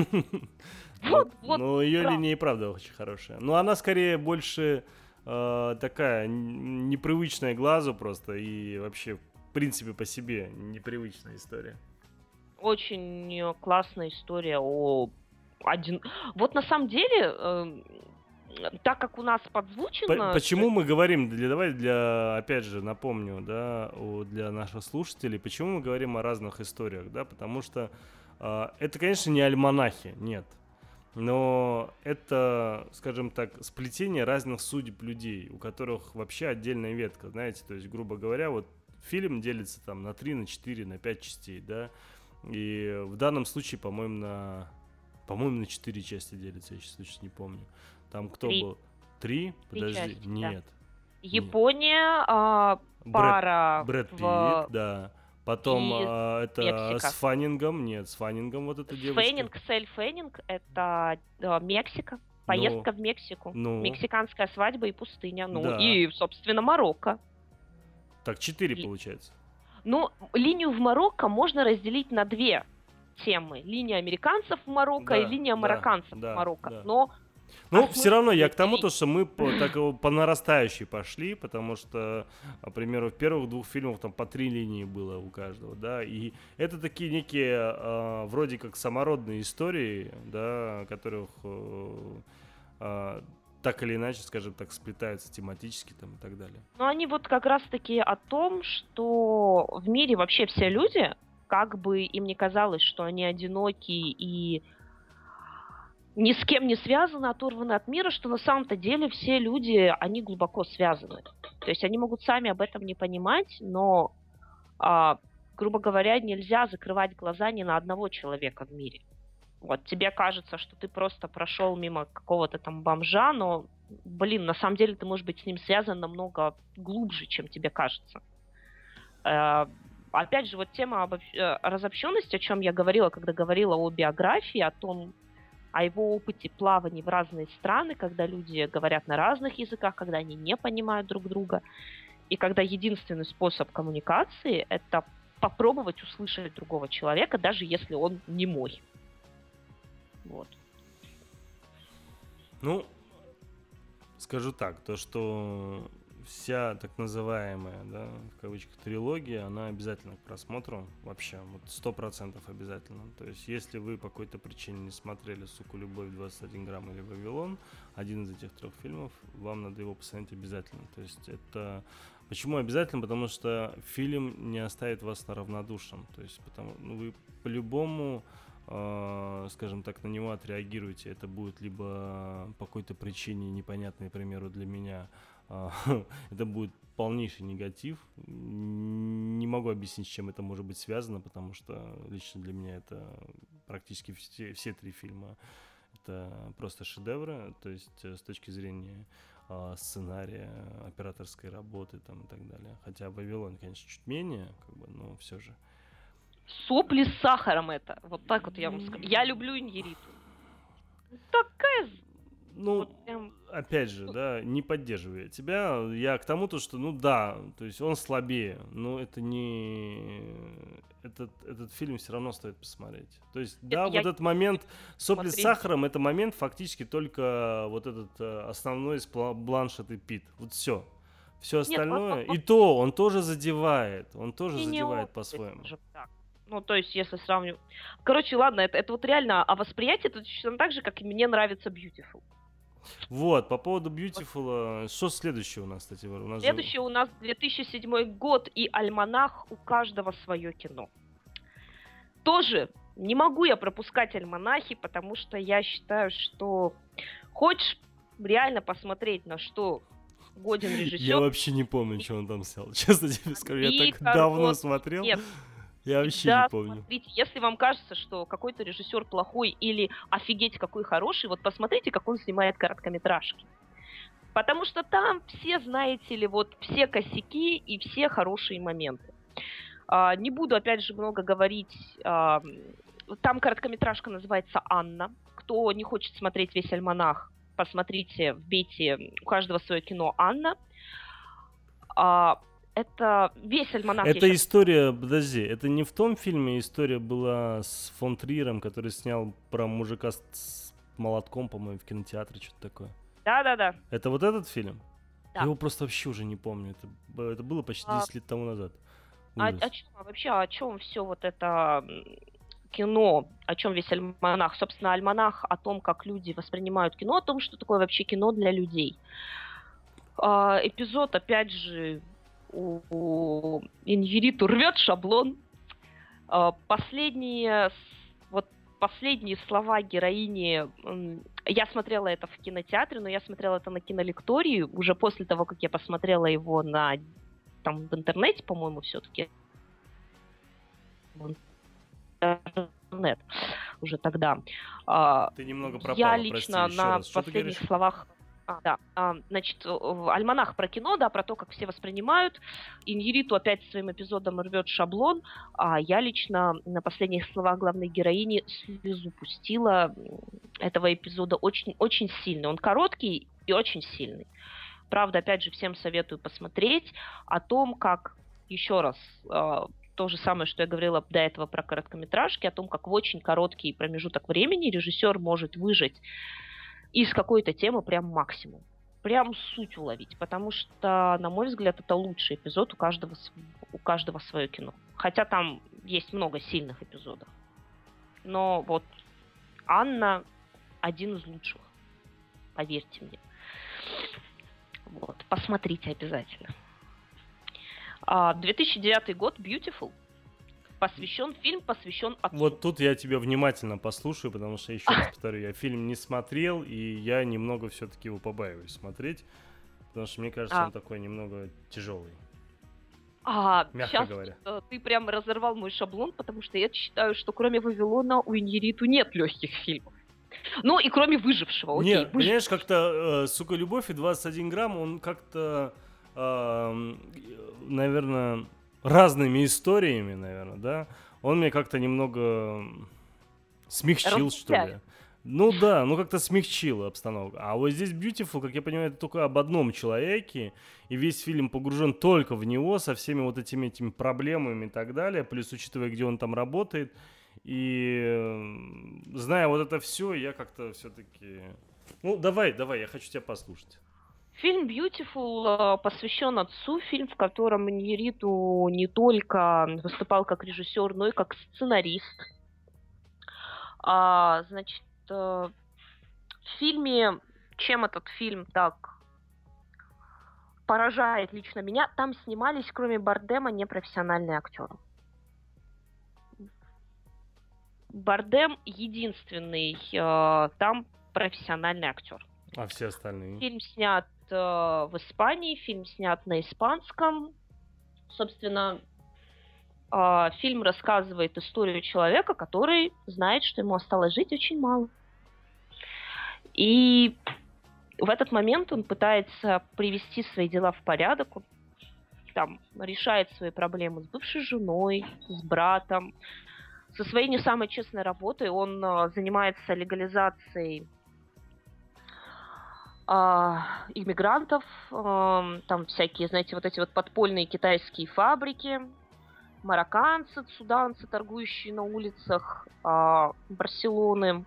Вот, вот, Ну, ее правда. линия и правда очень хорошая. Но она скорее больше э, такая н- непривычная глазу просто и вообще, в принципе, по себе непривычная история. Очень э, классная история о один. Вот на самом деле, э, так как у нас подзвучено. По- Почему мы говорим, для, давай для, опять же, напомню, да, о- для наших слушателей, почему мы говорим о разных историях, да, потому что э, это, конечно, не альманахи, нет, но это, скажем так, сплетение разных судеб людей, у которых вообще отдельная ветка, знаете, то есть, грубо говоря, вот фильм делится там на три, на четыре, на пять частей, да, и в данном случае, по-моему, на, по-моему, на четыре части делится, я сейчас точно не помню. Там кто Три. был? Три? Три Подожди, части, да. нет. Япония, а, Брэд, пара Брэд Питт, в... да. Потом и а, это Мексика. с Фаннингом, нет, с Фаннингом вот эта девочка. Феннинг, Сель Феннинг, это э, Мексика. Поездка в Мексику. ну. Мексиканская свадьба и пустыня. Ну, Да. и, собственно, Марокко. Так, четыре Ли- получается. Ну, линию в Марокко можно разделить на две темы. Линия американцев в Марокко Да, и линия да, марокканцев да, в Марокко. да. Но Ну, а все смысл равно я к тому, разделить? то, что мы по, так, э, по нарастающей пошли, потому что, к примеру, в первых двух фильмах там по три линии было у каждого, да, и это такие некие э, вроде как самородные истории, да, которых э, э, так или иначе, скажем так, сплетаются тематически там и так далее. Но они вот как раз-таки о том, что в мире вообще все люди, как бы им ни казалось, что они одиноки и ни с кем не связаны, оторваны от мира, что на самом-то деле все люди, они глубоко связаны. То есть они могут сами об этом не понимать, но, а, грубо говоря, нельзя закрывать глаза ни на одного человека в мире. Вот, тебе кажется, что ты просто прошел мимо какого-то там бомжа, но, блин, на самом деле ты можешь быть с ним связан намного глубже, чем тебе кажется. Э, опять же, вот тема об э, разобщенности, о чем я говорила, когда говорила о биографии, о том, о его опыте плаваний в разные страны, когда люди говорят на разных языках, когда они не понимают друг друга, и когда единственный способ коммуникации – это попробовать услышать другого человека, даже если он немой. Вот. Ну, скажу так, то, что вся так называемая, да, в кавычках, трилогия, она обязательно к просмотру, вообще, вот сто процентов обязательно. То есть, если вы по какой-то причине не смотрели «Суку, любовь, двадцать один грамм» или «Вавилон», один из этих трех фильмов, вам надо его посмотреть обязательно. То есть, это... Почему обязательно? Потому что фильм не оставит вас равнодушным. То есть, потому ну, вы по-любому... скажем так, на него отреагируете. Это будет либо по какой-то причине непонятной, к примеру, для меня, это будет полнейший негатив. Не могу объяснить, с чем это может быть связано, потому что лично для меня это практически все, все три фильма. это просто шедевры, то есть с точки зрения э, сценария, операторской работы там и так далее. Хотя «Вавилон», конечно, чуть менее, как бы, но все же. Сопли с сахаром это. Вот так вот я вам скажу. Я люблю Иньярриту. Такая... Ну, вот прям... опять же, да, не поддерживаю тебя. Я к тому, то, что, ну да, то есть он слабее, но это не... Этот, этот фильм все равно стоит посмотреть. То есть, да, это вот я... этот момент «Сопли смотреть. с сахаром» — это момент фактически только вот этот основной с Бланшетт и Питт. Вот все. Все остальное. Нет, и то он тоже задевает. Он тоже не, задевает не по-своему. Ну, то есть, если сравнивать... Короче, ладно, это, это вот реально... А восприятие это точно так же, как и мне нравится Beautiful. Вот, по поводу Beautiful, что следующее у нас, кстати? У нас следующее же... у нас две тысячи седьмой год и альманах, у каждого свое кино. Тоже не могу я пропускать альманахи, потому что я считаю, что хочешь реально посмотреть, на что годен режиссер... Я вообще не помню, что он там снял. Честно тебе скажу, я так давно смотрел. Нет. Я вообще да, не помню. Смотрите, если вам кажется, что какой-то режиссер плохой или офигеть какой хороший, вот посмотрите, как он снимает короткометражки. Потому что там все, знаете ли, вот все косяки и все хорошие моменты. А, не буду, опять же, много говорить. А, там короткометражка называется «Анна». Кто не хочет смотреть весь альманах, посмотрите, вбейте «У каждого свое кино Анна». А, Это весь альманах. Это история, сейчас... подожди, это не в том фильме история была с фон Триером, который снял про мужика с молотком, по-моему, в кинотеатре, что-то такое? Да-да-да. Это вот этот фильм? Да. Я его просто вообще уже не помню. Это, это было почти десять а... лет тому назад. А, о чем, вообще, о чем все вот это кино, о чем весь альманах? Собственно, альманах о том, как люди воспринимают кино, о том, что такое вообще кино для людей. А, эпизод, опять же... у Иньярриту рвет шаблон. Последние, вот последние слова героини... Я смотрела это в кинотеатре, но я смотрела это на кинолектории уже после того, как я посмотрела его на там в интернете, по-моему, все-таки. Интернет уже тогда. Ты немного пропала, я лично прости, на раз. последних словах... А, да, а, значит, альманах про кино, да, про то, как все воспринимают. Иньярриту опять своим эпизодом рвет шаблон, а я лично на последних словах главной героини слезу пустила. Этого эпизода очень, очень сильный. Он короткий и очень сильный. Правда, опять же, всем советую посмотреть о том, как, еще раз, то же самое, что я говорила до этого про короткометражки, о том, как в очень короткий промежуток времени режиссер может выжать из какой-то темы прям максимум. Прям суть уловить. Потому что, на мой взгляд, это лучший эпизод у каждого, у каждого свое кино. Хотя там есть много сильных эпизодов. Но вот Анна один из лучших. Поверьте мне. Вот. Посмотрите обязательно. две тысячи девятый год, Beautiful. Посвящен, фильм посвящен отцу. Вот тут я тебя внимательно послушаю, потому что, еще раз повторю, я фильм не смотрел, и я немного все-таки его побаиваюсь смотреть, потому что мне кажется, а. он такой немного тяжелый. А, мягко сейчас говоря. Ты прям разорвал мой шаблон, потому что я считаю, что кроме «Вавилона» у Иньярриту нет легких фильмов. Ну и кроме «Выжившего». Окей, Нет, выжив... понимаешь, как-то э, «Сука, любовь» и двадцать один грамм, он как-то, э, наверное... разными историями, наверное, да, он мне как-то немного смягчил, что ли. Ну да, ну как-то смягчил обстановку. А вот здесь Beautiful, как я понимаю, это только об одном человеке, и весь фильм погружен только в него, со всеми вот этими, этими проблемами и так далее, плюс учитывая, где он там работает. И зная вот это все, я как-то все-таки... Ну давай, давай, я хочу тебя послушать. Фильм Beautiful посвящен отцу, фильм, в котором Иньярриту не только выступал как режиссер, но и как сценарист. А, значит, в фильме, чем этот фильм так поражает лично меня, там снимались, кроме Бардема, непрофессиональные актеры. Бардем единственный э, там профессиональный актер. А все остальные? Фильм снят э, в Испании, фильм снят на испанском. Собственно, э, фильм рассказывает историю человека, который знает, что ему осталось жить очень мало. И в этот момент он пытается привести свои дела в порядок, он там решает свои проблемы с бывшей женой, с братом, со своей не самой честной работой. Он э, занимается легализацией э, иммигрантов, э, там всякие, знаете, вот эти вот подпольные китайские фабрики, марокканцы, суданцы, торгующие на улицах э, Барселоны.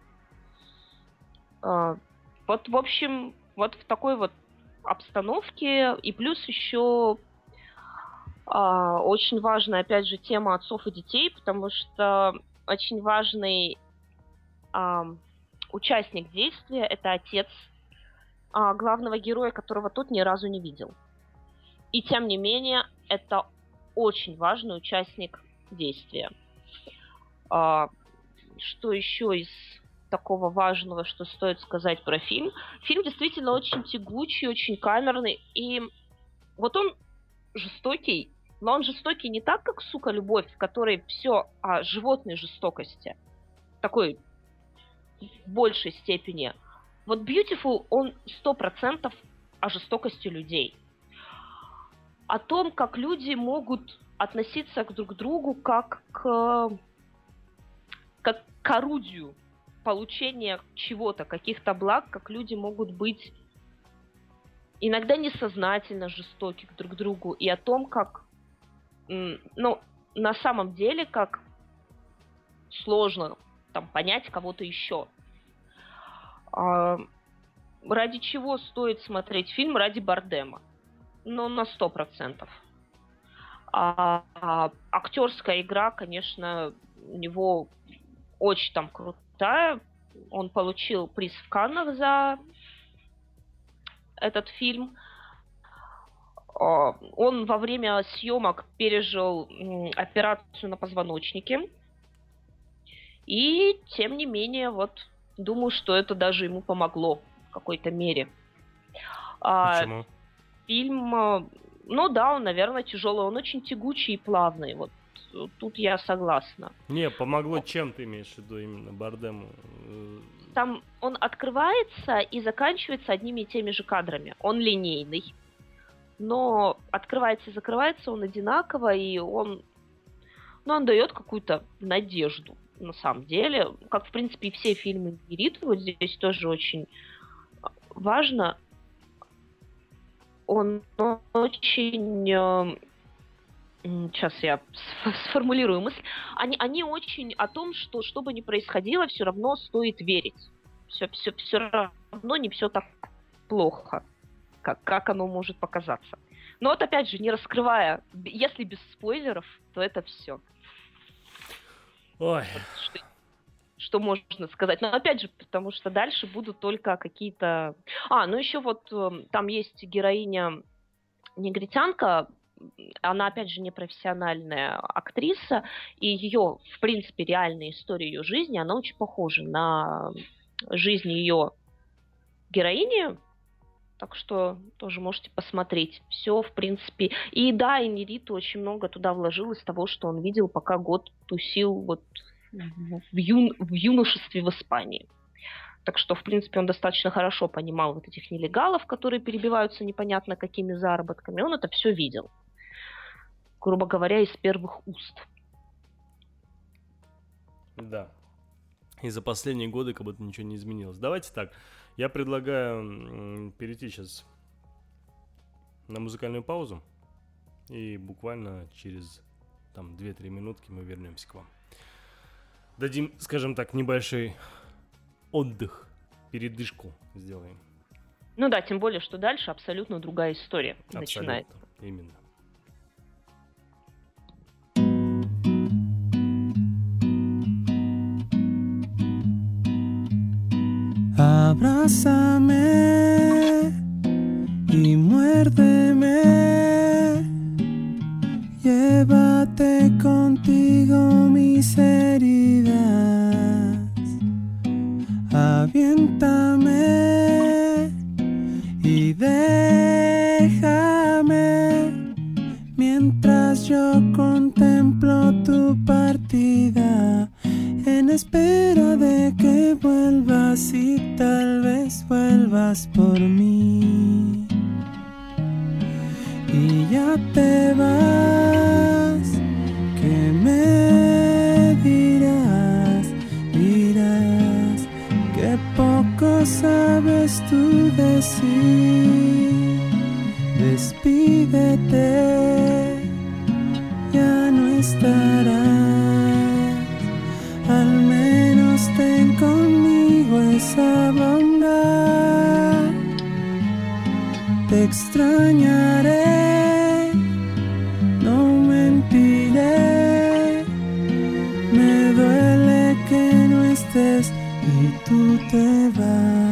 Э, вот, в общем, вот в такой вот обстановке, и плюс еще Uh, очень важная, опять же, тема отцов и детей, потому что очень важный uh, участник действия – это отец uh, главного героя, которого тот ни разу не видел. И тем не менее, это очень важный участник действия. Uh, что еще из такого важного, что стоит сказать про фильм? Фильм действительно очень тягучий, очень камерный, и вот он жестокий, но он жестокий не так, как «Сука, любовь», в которой все о животной жестокости, такой в большей степени. Вот «Beautiful», он сто процентов о жестокости людей. О том, как люди могут относиться друг к другу как к, как к орудию получения чего-то, каких-то благ, как люди могут быть иногда несознательно жестоки друг к другу, и о том, как, ну, на самом деле, как сложно там понять кого-то еще. А, ради чего стоит смотреть фильм? Ради Бардема. Ну, на сто процентов. А, а, актерская игра, конечно, у него очень там крутая. Он получил приз в Каннах за этот фильм. Он во время съемок пережил операцию на позвоночнике. И, тем не менее, вот, думаю, что это даже ему помогло в какой-то мере. Почему? Фильм, ну да, он, наверное, тяжелый. Он очень тягучий и плавный. Вот тут я согласна. Не, помогло чем ты имеешь в виду именно Бардему? Там он открывается и заканчивается одними и теми же кадрами. Он линейный. Но открывается и закрывается он одинаково, и он, ну, он дает какую-то надежду, на самом деле. Как, в принципе, и все фильмы Иньярриту, вот здесь тоже очень важно. Он очень... Сейчас я сформулирую мысль. Они, они очень о том, что что бы ни происходило, все равно стоит верить. Все, все, все равно не все так плохо, как, как оно может показаться. Но вот опять же, не раскрывая, если без спойлеров, то это все. Ой. Вот что, что можно сказать. Но опять же, потому что дальше будут только какие-то... А, ну еще вот там есть героиня негритянка. Она, опять же, не профессиональная актриса, и ее, в принципе, реальная история ее жизни, она очень похожа на жизнь ее героини, так что тоже можете посмотреть. Все, в принципе. И да, Иньярриту очень много туда вложилось того, что он видел, пока год тусил вот в, ю... в юношестве в Испании. Так что, в принципе, он достаточно хорошо понимал вот этих нелегалов, которые перебиваются непонятно какими заработками. Он это все видел. Грубо говоря, из первых уст. Да. И за последние годы как будто ничего не изменилось. Давайте так. Я предлагаю м, перейти сейчас на музыкальную паузу. И буквально через там две-три минутки мы вернемся к вам. Дадим, скажем так, небольшой отдых, передышку сделаем. Ну да, тем более, что дальше абсолютно другая история Абсолютно. начинается. Именно. Abrázame y muérdeme, llévate contigo mis heridas, aviéntame y déjame mientras yo contemplo tu partida. En espera de que vuelvas y tal vez vuelvas por mí. Y ya te vas, ¿qué me dirás? Dirás que poco sabes tú decir. Despídete, ya no estarás. Al menos ten conmigo esa bondad. Te extrañaré, no mentiré. Me duele que no estés y tú te vas.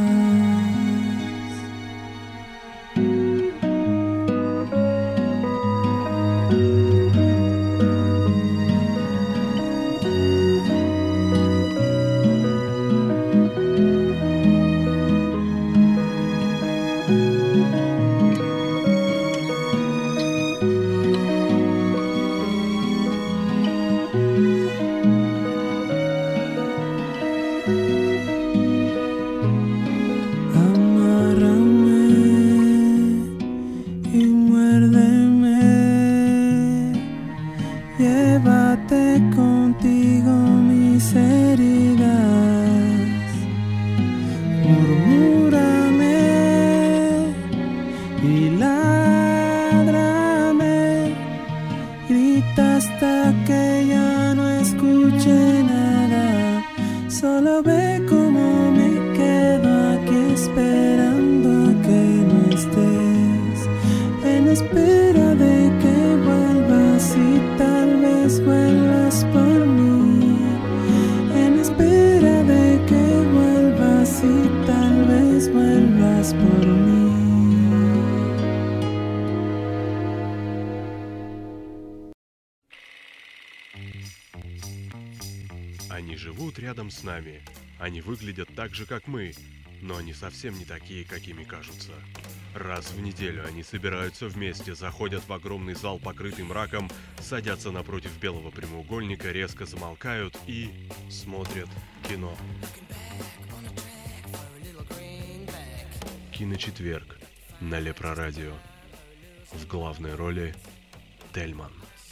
Они живут рядом с нами. Они выглядят так же, как мы, но они совсем не такие, какими кажутся. Раз в неделю они собираются вместе, заходят в огромный зал, покрытый мраком, садятся напротив белого прямоугольника, резко замолкают и смотрят кино. Киночетверг на Лепрорадио. В главной роли Тельман.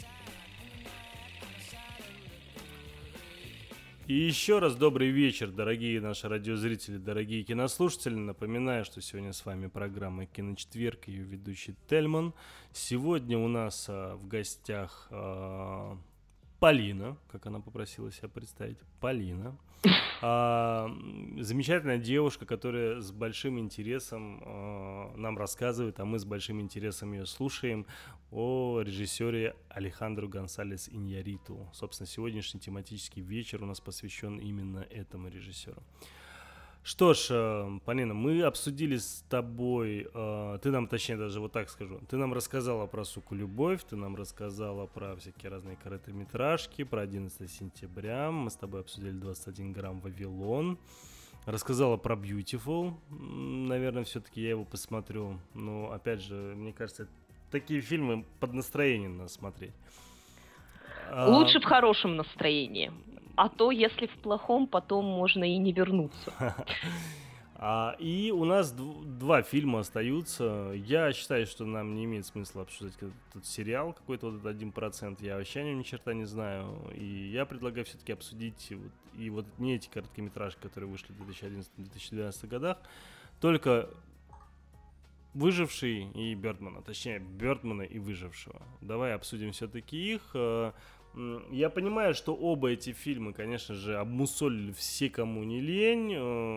И еще раз добрый вечер, дорогие наши радиозрители, дорогие кинослушатели. Напоминаю, что сегодня с вами программа «Киночетверг», ее ведущий Тельман. Сегодня у нас а, в гостях а, Полина, как она попросила себя представить, Полина. А, замечательная девушка, которая с большим интересом а, нам рассказывает, а мы с большим интересом ее слушаем, о режиссере Алехандро Гонсалес Иньярриту. Собственно, сегодняшний тематический вечер у нас посвящен именно этому режиссеру. Что ж, Полина, мы обсудили с тобой, э, ты нам, точнее даже вот так скажу, ты нам рассказала про «Суку, любовь», ты нам рассказала про всякие разные короткометражки, про одиннадцатое сентября, мы с тобой обсудили двадцать один грамм «Вавилон», рассказала про «Beautiful», наверное, все-таки я его посмотрю, но, опять же, мне кажется, такие фильмы под настроением надо смотреть. Лучше а... в хорошем настроении. А то, если в плохом, потом можно и не вернуться. а, и у нас д- два фильма остаются. Я считаю, что нам не имеет смысла обсуждать этот сериал, какой-то вот этот один процент. Я вообще о нем ни черта не знаю. И я предлагаю все-таки обсудить вот, и вот не эти короткометражки, которые вышли в две тысячи одиннадцатом - две тысячи двенадцатом годах, только «Выживший» и «Бёрдмана», точнее, «Бёрдмана» и «Выжившего». Давай обсудим все-таки их. Я понимаю, что оба эти фильма, конечно же, обмусолили все, кому не лень,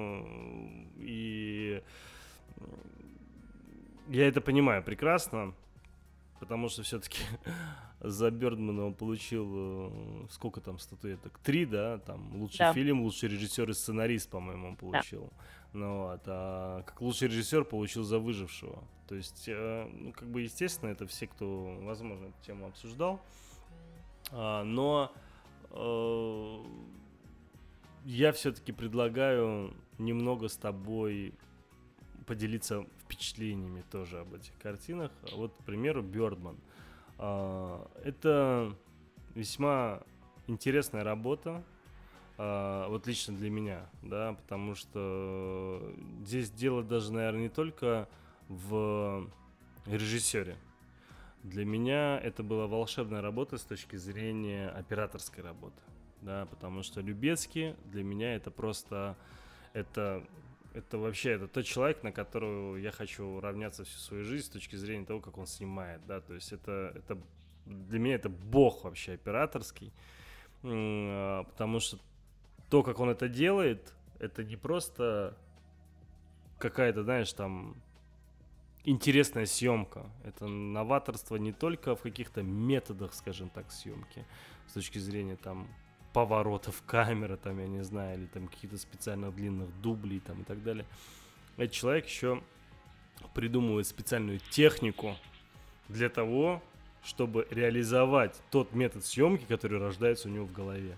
и я это понимаю прекрасно, потому что все-таки за Бёрдмана он получил, сколько там статуэток? Три, да? Там лучший да. фильм, лучший режиссер и сценарист, по-моему, он получил. Да. Ну, вот, а как лучший режиссер получил за «Выжившего». То есть, ну, как бы, естественно, это все, кто, возможно, эту тему обсуждал. А, но э, я все-таки предлагаю немного с тобой поделиться впечатлениями тоже об этих картинах. Вот, к примеру, «Бёрдман». А, это весьма интересная работа. э, вот лично для меня, да, потому что здесь дело даже, наверное, не только в режиссере. Для меня это была волшебная работа с точки зрения операторской работы, да, потому что Любецкий для меня это просто, это, это вообще, это тот человек, на которого я хочу равняться всю свою жизнь с точки зрения того, как он снимает, да, то есть это, это для меня это бог вообще операторский, потому что то, как он это делает, это не просто какая-то, знаешь, там, интересная съемка. Это новаторство не только в каких-то методах, скажем так, съемки, с точки зрения там поворотов камеры, там, я не знаю, или там каких-то специальных длинных дублей там и так далее. Этот человек еще придумывает специальную технику для того, чтобы реализовать тот метод съемки, который рождается у него в голове.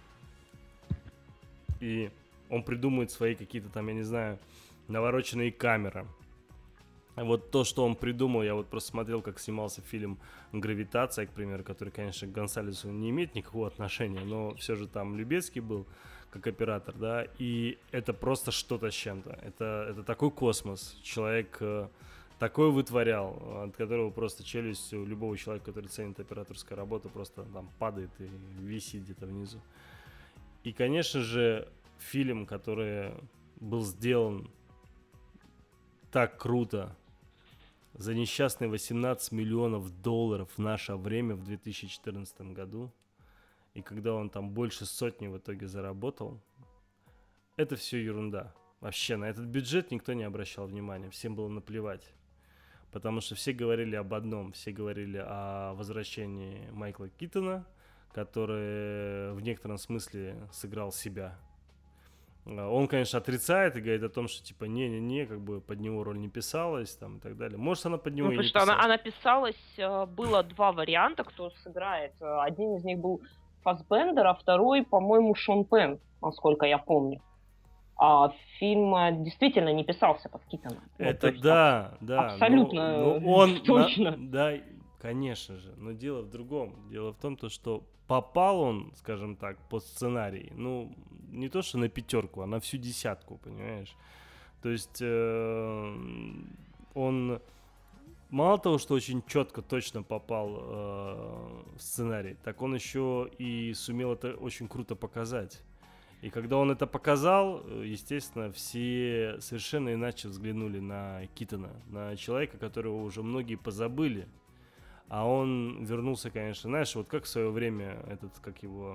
И он придумывает свои какие-то там, я не знаю, навороченные камеры. Вот то, что он придумал, я вот просто смотрел, как снимался фильм «Гравитация», к примеру, который, конечно, к Гонсалесу не имеет никакого отношения, но все же там Любецкий был как оператор, да, и это просто что-то с чем-то. Это, это такой космос. Человек э, такой вытворял, от которого просто челюсть у любого человека, который ценит операторскую работу, просто там падает и висит где-то внизу. И, конечно же, фильм, который был сделан так круто, за несчастные восемнадцать миллионов долларов в наше время в две тысячи четырнадцатом году, и когда он там больше сотни в итоге заработал, это все ерунда. Вообще на этот бюджет никто не обращал внимания, всем было наплевать. Потому что все говорили об одном, все говорили о возвращении Майкла Китона, который в некотором смысле сыграл себя. Он, конечно, отрицает и говорит о том, что типа не-не-не, как бы под него роль не писалась, там и так далее. Может, она под него ну, и не что писалась. Она, она писалась, было два варианта, кто сыграет. Один из них был Фассбендер, а второй, по-моему, Шон Пенн, насколько я помню. А фильм действительно не писался под Китона. Это вот, да, есть, да. Абсолютно но, но он, точно. На, да, конечно же. Но дело в другом. Дело в том, то, что попал он, скажем так, по сценарию, ну, не то, что на пятерку, а на всю десятку, понимаешь? То есть э, он мало того, что очень четко, точно попал э, в сценарий, так он еще и сумел это очень круто показать. И когда он это показал, естественно, все совершенно иначе взглянули на Китона, на человека, которого уже многие позабыли. А он вернулся, конечно, знаешь, вот как в свое время этот, как его...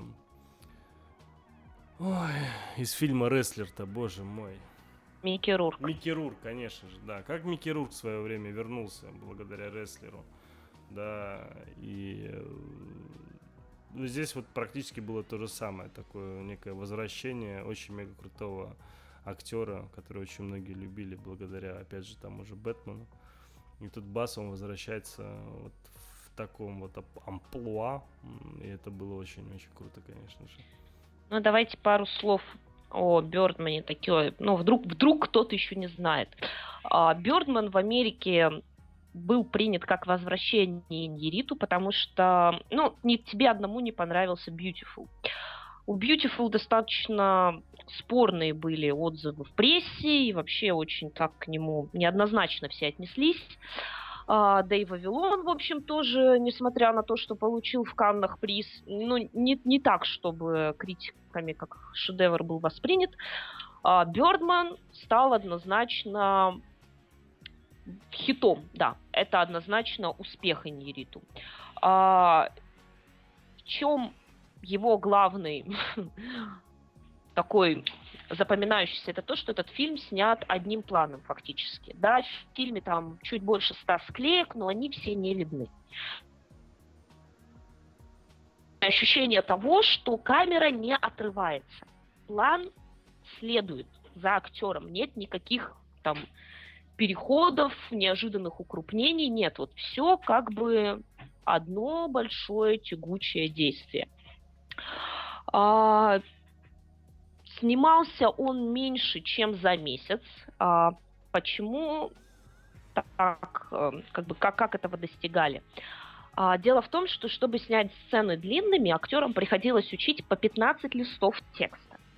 Ой, из фильма «Рестлер»-то, боже мой. Микки Рурк. Микки Рурк, конечно же, да. Как Микки Рурк в свое время вернулся благодаря «Рестлеру». Да, и... Ну, здесь вот практически было то же самое, такое некое возвращение очень мега крутого актера, который очень многие любили благодаря, опять же, тому же Бэтмену. И тут бас, он возвращается вот в таком вот амплуа, и это было очень-очень круто, конечно же. Ну, давайте пару слов о Бёрдмане, такое, ну, вдруг, вдруг кто-то еще не знает. Бёрдман в Америке был принят как возвращение Иньярриту, потому что, ну, не, тебе одному не понравился Beautiful. У Beautiful достаточно спорные были отзывы в прессе, и вообще очень так к нему неоднозначно все отнеслись. А, да и Вавилон, в общем, тоже, несмотря на то, что получил в Каннах приз, ну, не, не так, чтобы критиками как шедевр был воспринят. А, Бёрдман стал однозначно хитом, да, это однозначно успех Иньярриту. А, в чем его главный такой запоминающийся, это то, что этот фильм снят одним планом фактически. Да, в фильме там чуть больше ста склеек, но они все не видны. Ощущение того, что камера не отрывается. План следует за актером. Нет никаких там переходов, неожиданных укрупнений, нет. Вот все как бы одно большое тягучее действие. А, снимался он меньше, чем за месяц. А, почему так? Как бы, как, как этого достигали? А, дело в том, что чтобы снять сцены длинными, актерам приходилось учить по пятнадцать листов текста.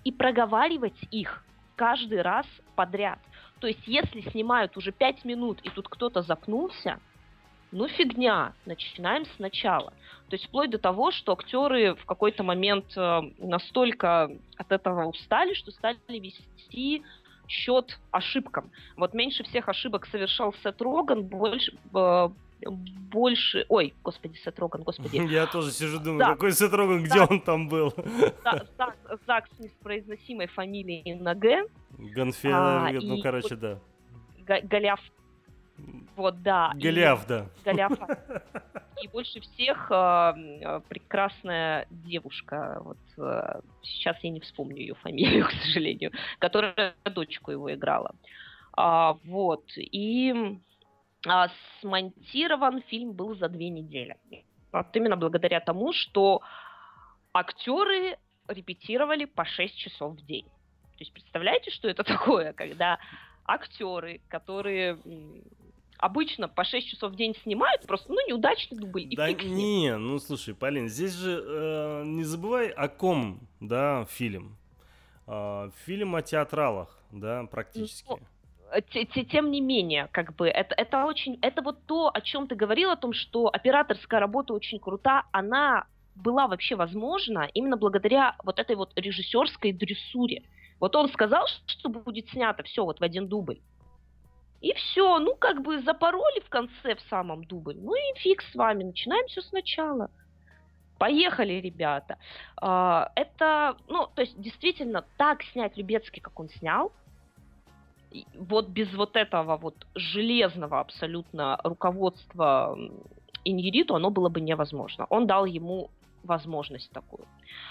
и проговаривать их каждый раз подряд. То есть, если снимают уже пять минут, и тут кто-то запнулся, ну фигня, начинаем сначала. То есть вплоть до того, что актеры в какой-то момент настолько от этого устали, что стали вести счет ошибкам. Вот меньше всех ошибок совершал Сет Роган, больше... больше... Ой, господи, Сет Роган, господи. Я тоже сижу, думаю, да. Какой Сет Роган, где да. он там был? Да, Зак, Зак с непроизносимой фамилией на Г. Гонфелер, а, ну, короче, вот, да. Голиаф. Вот, да. Голиаф, да. Голиафа. И больше всех э, прекрасная девушка, вот э, сейчас я не вспомню ее фамилию, к сожалению, которая дочку его играла. А, вот. И а, смонтирован фильм был за две недели. Вот именно благодаря тому, что актеры репетировали по шесть часов в день. То есть представляете, что это такое, когда актеры, которые обычно по шесть часов в день снимают, просто, ну, неудачный дубль. И да не, ну, слушай, Полин, здесь же э, не забывай, о ком, да, фильм. Э, фильм о театралах, да, практически. Ну, тем не менее, как бы, это, это очень, это вот то, о чем ты говорил, о том, что операторская работа очень крута, она была вообще возможна именно благодаря вот этой вот режиссерской дрессуре. Вот он сказал, что будет снято все вот в один дубль. И все, ну как бы запороли в конце в самом дубле. Ну и фиг с вами, начинаем все сначала. Поехали, ребята. Это, ну, то есть действительно так снять Любецкий, как он снял, вот без вот этого вот железного абсолютно руководства Иньярриту оно было бы невозможно. Он дал ему возможность такую.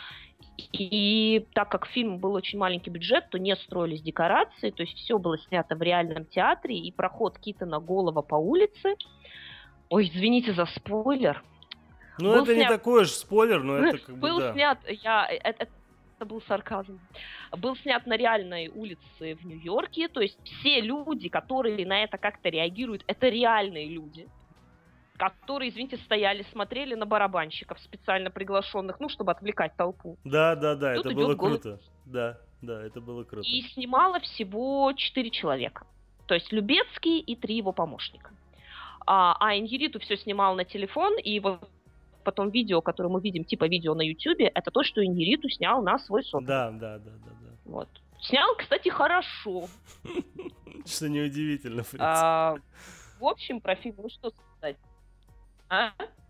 И так как фильм был очень маленький бюджет, то не строились декорации, то есть все было снято в реальном театре, и проход Китона голого по улице. Ой, извините за спойлер. Ну, был это снят... не такой же спойлер, но это как бы, был да. снят, я, это, это был сарказм. Был снят на реальной улице в Нью-Йорке, то есть все люди, которые на это как-то реагируют, это реальные люди, которые, извините, стояли, смотрели на барабанщиков специально приглашенных, ну, чтобы отвлекать толпу. Да, да, да, тут это было голый... круто. Да, да, это было круто. И снимало всего четыре человека. То есть Любецкий и три его помощника. А, а Иньярриту все снимал на телефон, и вот потом видео, которое мы видим, типа видео на Ютубе, это то, что Иньярриту снял на свой сотовый. Да, да, да, да, да. Вот. Снял, кстати, хорошо. Что неудивительно, в принципе. В общем, про фильм, ну что сказать. А?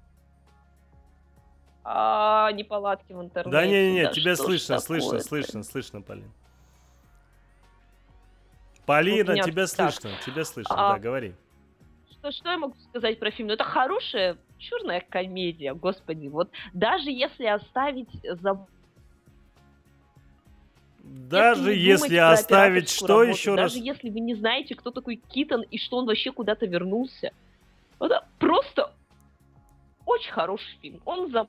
А, неполадки в интернете. Да не-не-не, да тебя слышно, слышно, слышно, слышно, Полин. Полина, вот тебя так. слышно, тебя слышно, а, да, говори. Что, что я могу сказать про фильм? Ну, это хорошая черная комедия, господи. Вот даже если оставить за... Даже если, если оставить что работу, еще даже раз? Даже если вы не знаете, кто такой Китон и что он вообще куда-то вернулся. Это просто очень хороший фильм. Он за...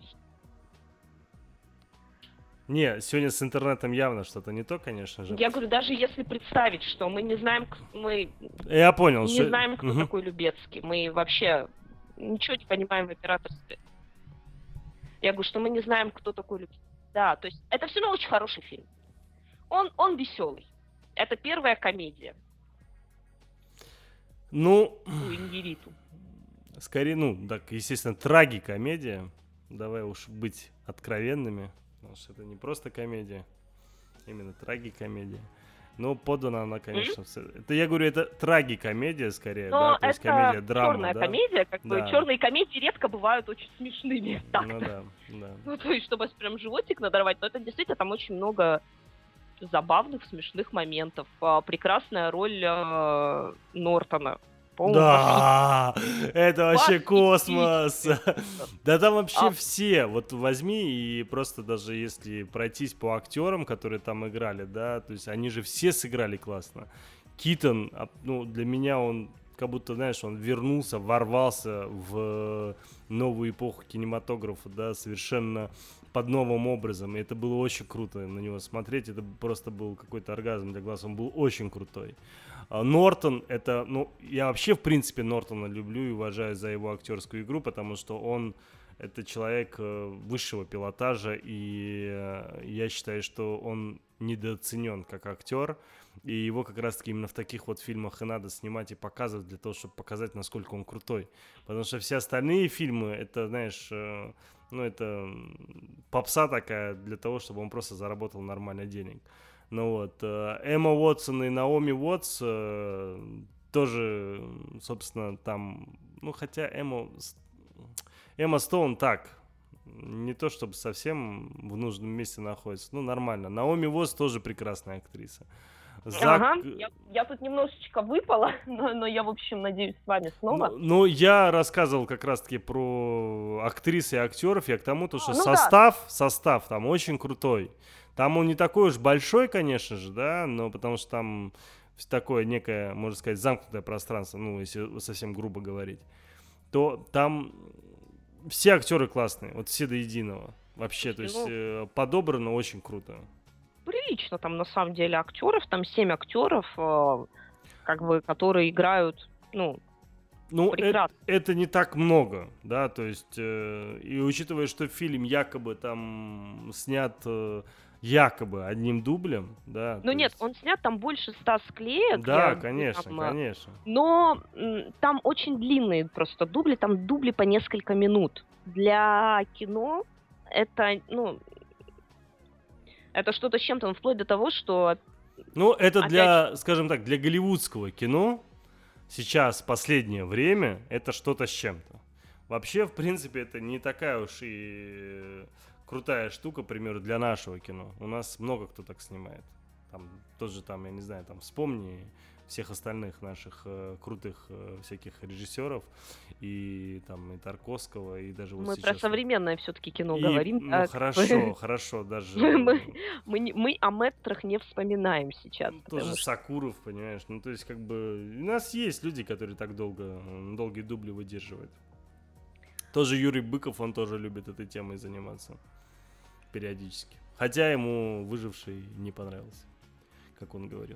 Не, сегодня с интернетом явно что-то не то, конечно же. Я говорю, даже если представить, что мы не знаем, мы Я понял, не что... знаем, кто угу. такой Любецкий, мы вообще ничего не понимаем в операторстве. Я говорю, что мы не знаем, кто такой Любецкий. Да, то есть это все равно очень хороший фильм. Он, он веселый. Это первая комедия. Ну... У Иньярриту. Скорее, ну, так, естественно, трагикомедия. Давай уж быть откровенными. Потому что это не просто комедия, именно трагикомедия. Но подана она, конечно, mm-hmm. это я говорю, это трагикомедия скорее, но да, то есть комедия, драма, черная да. комедия, как да. бы черные комедии редко бывают очень смешными. Так-то. Ну да, да. Ну то есть, чтобы прям животик надорвать, но это действительно там очень много забавных, смешных моментов. Прекрасная роль э, Нортона. Да, это вообще космос. Да там вообще все. Вот возьми и просто даже если пройтись по актерам, которые там играли, да, то есть они же все сыграли классно. Китон, ну, для меня он как будто, знаешь, он вернулся, ворвался в новую эпоху кинематографа, да, совершенно под новым образом. И это было очень круто на него смотреть. Это просто был какой-то оргазм для глаз. Он был очень крутой. Нортон, это, ну, я вообще, в принципе, Нортона люблю и уважаю за его актерскую игру, потому что он это человек высшего пилотажа, и я считаю, что он недооценен как актер, и его как раз-таки именно в таких вот фильмах и надо снимать и показывать для того, чтобы показать, насколько он крутой. Потому что все остальные фильмы, это, знаешь, ну, это попса такая для того, чтобы он просто заработал нормально денег. Ну вот, Эмма Уотсон и Наоми Уотс тоже, собственно, там, ну, хотя Эмма, Эмма Стоун так, не то чтобы совсем в нужном месте находится, ну, нормально. Наоми Уотс тоже прекрасная актриса. Зак... Ага, я, я тут немножечко выпала, но, но я, в общем, надеюсь, с вами снова. Ну, ну, я рассказывал как раз-таки про актрис и актеров, я к тому, то, что а, ну состав, да. состав там очень крутой. Там он не такой уж большой, конечно же, да, но потому что там такое некое, можно сказать, замкнутое пространство, ну, если совсем грубо говорить, то там все актеры классные, вот все до единого. Вообще, то есть э, подобрано очень круто. Прилично там на самом деле актеров, там семь актеров, э, как бы, которые играют, ну, ну это, это не так много, да, то есть, э, и учитывая, что фильм якобы там снят э, якобы одним дублем, да. Ну нет, есть... он снят там больше ста склеек. Да, я, конечно, там, конечно. Но м, там очень длинные просто дубли, там дубли по несколько минут. Для кино это, ну... Это что-то с чем-то, вплоть до того, что... Ну, это опять... для, скажем так, для голливудского кино сейчас, последнее время, это что-то с чем-то. Вообще, в принципе, это не такая уж и крутая штука, к примеру, для нашего кино. У нас много кто так снимает. Там, тот же там, я не знаю, там, вспомни всех остальных наших э, крутых э, всяких режиссеров, и там и Тарковского, и даже вот мы сейчас... про современное все-таки кино и, говорим. Ну, так. хорошо, хорошо, даже... мы, мы, мы о метрах не вспоминаем сейчас. Тоже что... Сакуров, понимаешь, ну, то есть, как бы, у нас есть люди, которые так долго, долгие дубли выдерживают. Тоже Юрий Быков, он тоже любит этой темой заниматься периодически. Хотя ему «Выживший» не понравился, как он говорил.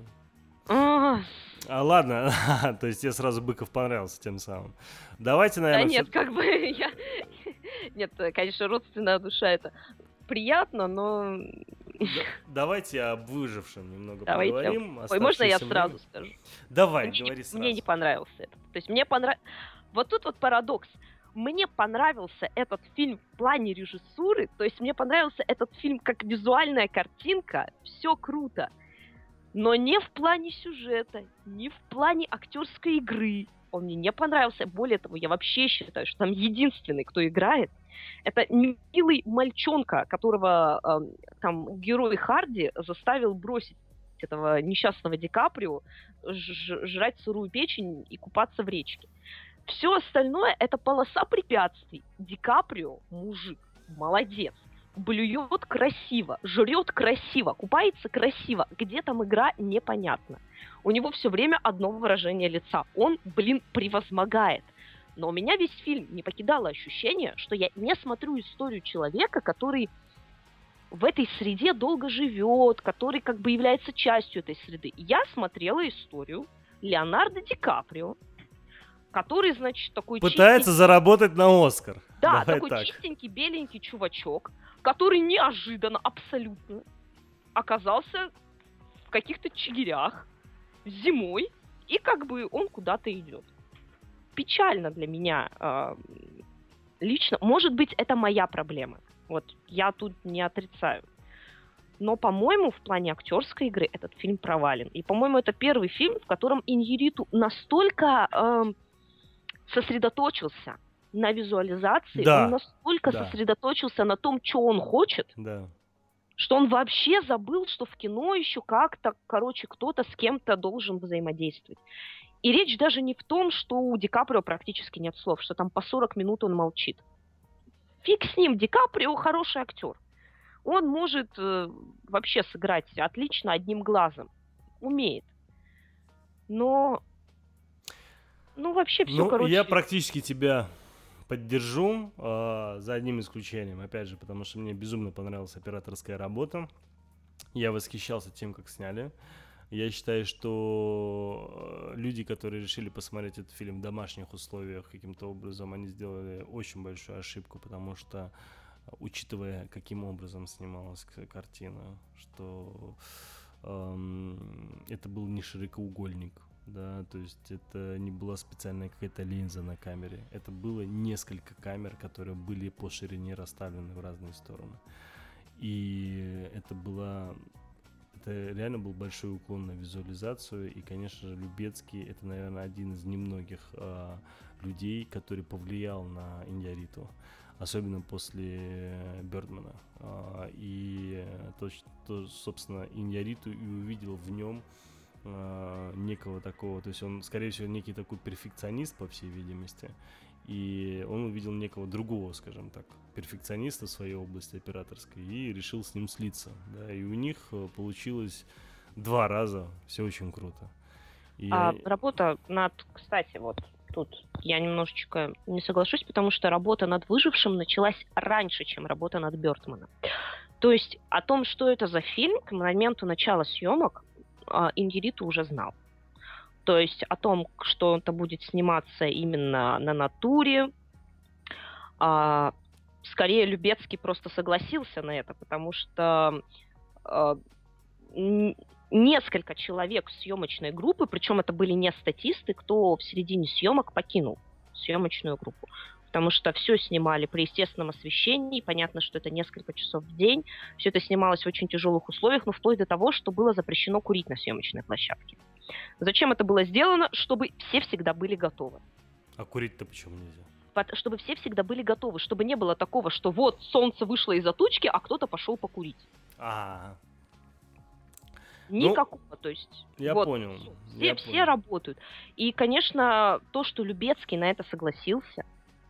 А, а ладно, то есть тебе сразу Быков понравился тем самым. Давайте, наверное... Да нет, все... как бы я... Нет, конечно, родственная душа это приятно, но... Да, давайте об «Выжившем» немного давайте. поговорим. Ой, можно я сразу скажу? Давай, мне говори не, сразу. Мне не понравился этот. То есть мне понравился... Вот тут вот парадокс. Мне понравился этот фильм в плане режиссуры, то есть мне понравился этот фильм как визуальная картинка, все круто. Но не в плане сюжета, не в плане актерской игры. Он мне не понравился. Более того, я вообще считаю, что там единственный, кто играет, это милый мальчонка, которого э, там герой Харди заставил бросить этого несчастного Ди Каприо, ж- жрать сырую печень и купаться в речке. Все остальное это полоса препятствий. Ди Каприо, мужик, молодец. Блюет красиво, жрет красиво, купается красиво. Где там игра, непонятно. У него все время одно выражение лица. Он, блин, превозмогает. Но у меня весь фильм не покидало ощущение, что я не смотрю историю человека, который в этой среде долго живет, который как бы является частью этой среды. Я смотрела историю Леонардо Ди Каприо, который, значит, такой пытается чистенький... заработать на Оскар. Да, Давай такой так. чистенький, беленький чувачок, который неожиданно, абсолютно, оказался в каких-то чигирях зимой, и как бы он куда-то идет. Печально для меня э, лично. Может быть, это моя проблема. Вот, я тут не отрицаю. Но, по-моему, в плане актерской игры этот фильм провален. И, по-моему, это первый фильм, в котором Иньярриту настолько... Э, сосредоточился на визуализации, да, он настолько да. сосредоточился на том, что он хочет, да. что он вообще забыл, что в кино еще как-то, короче, кто-то с кем-то должен взаимодействовать. И речь даже не в том, что у Ди Каприо практически нет слов, что там по сорок минут он молчит. Фиг с ним, Ди Каприо хороший актер. Он может э, вообще сыграть отлично одним глазом. Умеет. Но... Ну, вообще все, ну, короче... я практически тебя поддержу, э, за одним исключением, опять же, потому что мне безумно понравилась операторская работа. Я восхищался тем, как сняли. Я считаю, что люди, которые решили посмотреть этот фильм в домашних условиях каким-то образом, они сделали очень большую ошибку, потому что, учитывая, каким образом снималась картина, что эм, это был не широкоугольник, да, то есть это не была специальная какая-то линза на камере, это было несколько камер, которые были по ширине расставлены в разные стороны, и это была, это реально был большой уклон на визуализацию, и, конечно же, Любецкий — это, наверное, один из немногих э, людей, который повлиял на Иньярриту, особенно после Бёрдмана, э, и то, что, собственно, Иньярриту и увидел в нем некого такого, то есть он, скорее всего, некий такой перфекционист, по всей видимости, и он увидел некого другого, скажем так, перфекциониста в своей области операторской и решил с ним слиться, да, и у них получилось два раза, все очень круто. И а я... работа над, кстати, вот тут я немножечко не соглашусь, потому что работа над «Выжившим» началась раньше, чем работа над Бёрдманом. То есть о том, что это за фильм, к моменту начала съемок Иньярриту уже знал. То есть о том, что это будет сниматься именно на натуре, а, скорее Любецкий просто согласился на это, потому что а, н- несколько человек съемочной группы, причем это были не статисты, кто в середине съемок покинул съемочную группу. Потому что все снимали при естественном освещении, понятно, что это несколько часов в день, все это снималось в очень тяжелых условиях, но вплоть до того, что было запрещено курить на съемочной площадке. Зачем это было сделано? Чтобы все всегда были готовы. А курить-то почему нельзя? Чтобы все всегда были готовы, чтобы не было такого, что вот солнце вышло из-за тучки, а кто-то пошел покурить. А. Никакого, ну, то есть... Я вот, понял. Все, я все понял. работают. И, конечно, то, что Любецкий на это согласился,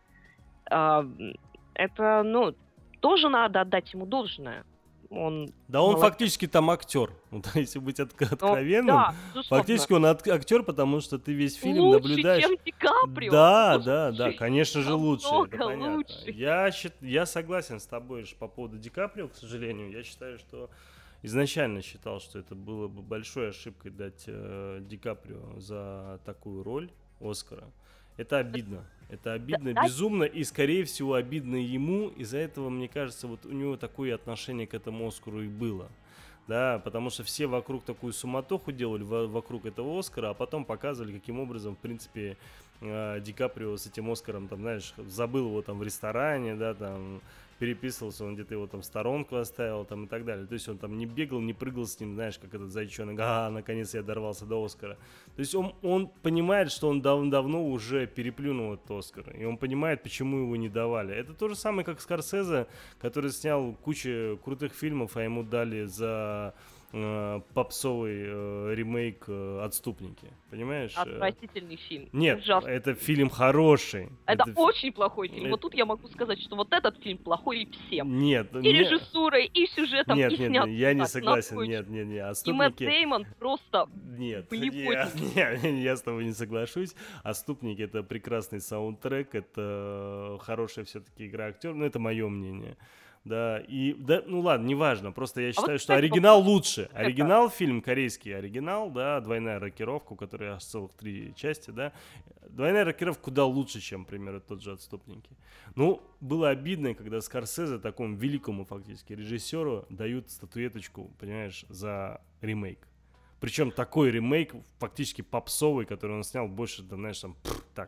это, ну, тоже надо отдать ему должное. Он да он молодец. Фактически там актер. Вот, если быть от- откровенным, ну, да, фактически он от- актер, потому что ты весь фильм лучше, наблюдаешь. Чем Ди Каприо. Да, Лучше, да, да, конечно же лучше. Это понятно. Лучше. Я, счит... я согласен с тобой по поводу Ди Каприо, к сожалению. Я считаю, что изначально считал, что это было бы большой ошибкой дать э, Ди Каприо за такую роль Оскара. Это обидно. Это обидно, да, безумно, и, скорее всего, обидно ему. Из-за этого, мне кажется, вот у него такое отношение к этому Оскару и было. Да, потому что все вокруг такую суматоху делали, во- вокруг этого Оскара, а потом показывали, каким образом, в принципе, э, Ди Каприо с этим Оскаром, там, знаешь, забыл его там в ресторане, да, там, переписывался, он где-то его там в сторонку оставил, там, и так далее. То есть он там не бегал, не прыгал с ним, знаешь, как этот зайчонок, а, наконец я дорвался до Оскара. То есть он, он понимает, что он дав- давно уже переплюнул этот Оскар, и он понимает, почему его не давали. Это то же самое, как Скорсезе, который снял кучу крутых фильмов, а ему дали за э, попсовый э, ремейк э, «Отступники». Понимаешь? Отвратительный фильм. Нет, Ужасный. это фильм хороший. Это, это очень плохой фильм. это... Вот тут я могу сказать, что вот этот фильм плохой всем. Нет. И не... режиссурой, и сюжетом, нет, и нет, снят. Нет, я не так, согласен. Нет, нет, нет. Отступники... И Мэтт Дэймон просто... Нет, нет, нет, я с тобой не соглашусь. «Отступники» — это прекрасный саундтрек, это хорошая все-таки игра актера, но это мое мнение. Да, и, да, ну ладно, неважно, просто я считаю, а вот, что кстати, оригинал лучше. Это... Оригинал, фильм корейский оригинал, да, «Двойная рокировка», у которой аж целых три части, да. «Двойная рокировка» куда лучше, чем, например, тот же «Отступники». Ну, было обидно, когда Скорсезе, такому великому фактически режиссеру, дают статуэточку, понимаешь, за ремейк. Причем такой ремейк, фактически попсовый, который он снял больше, да, знаешь, там, пфф, так,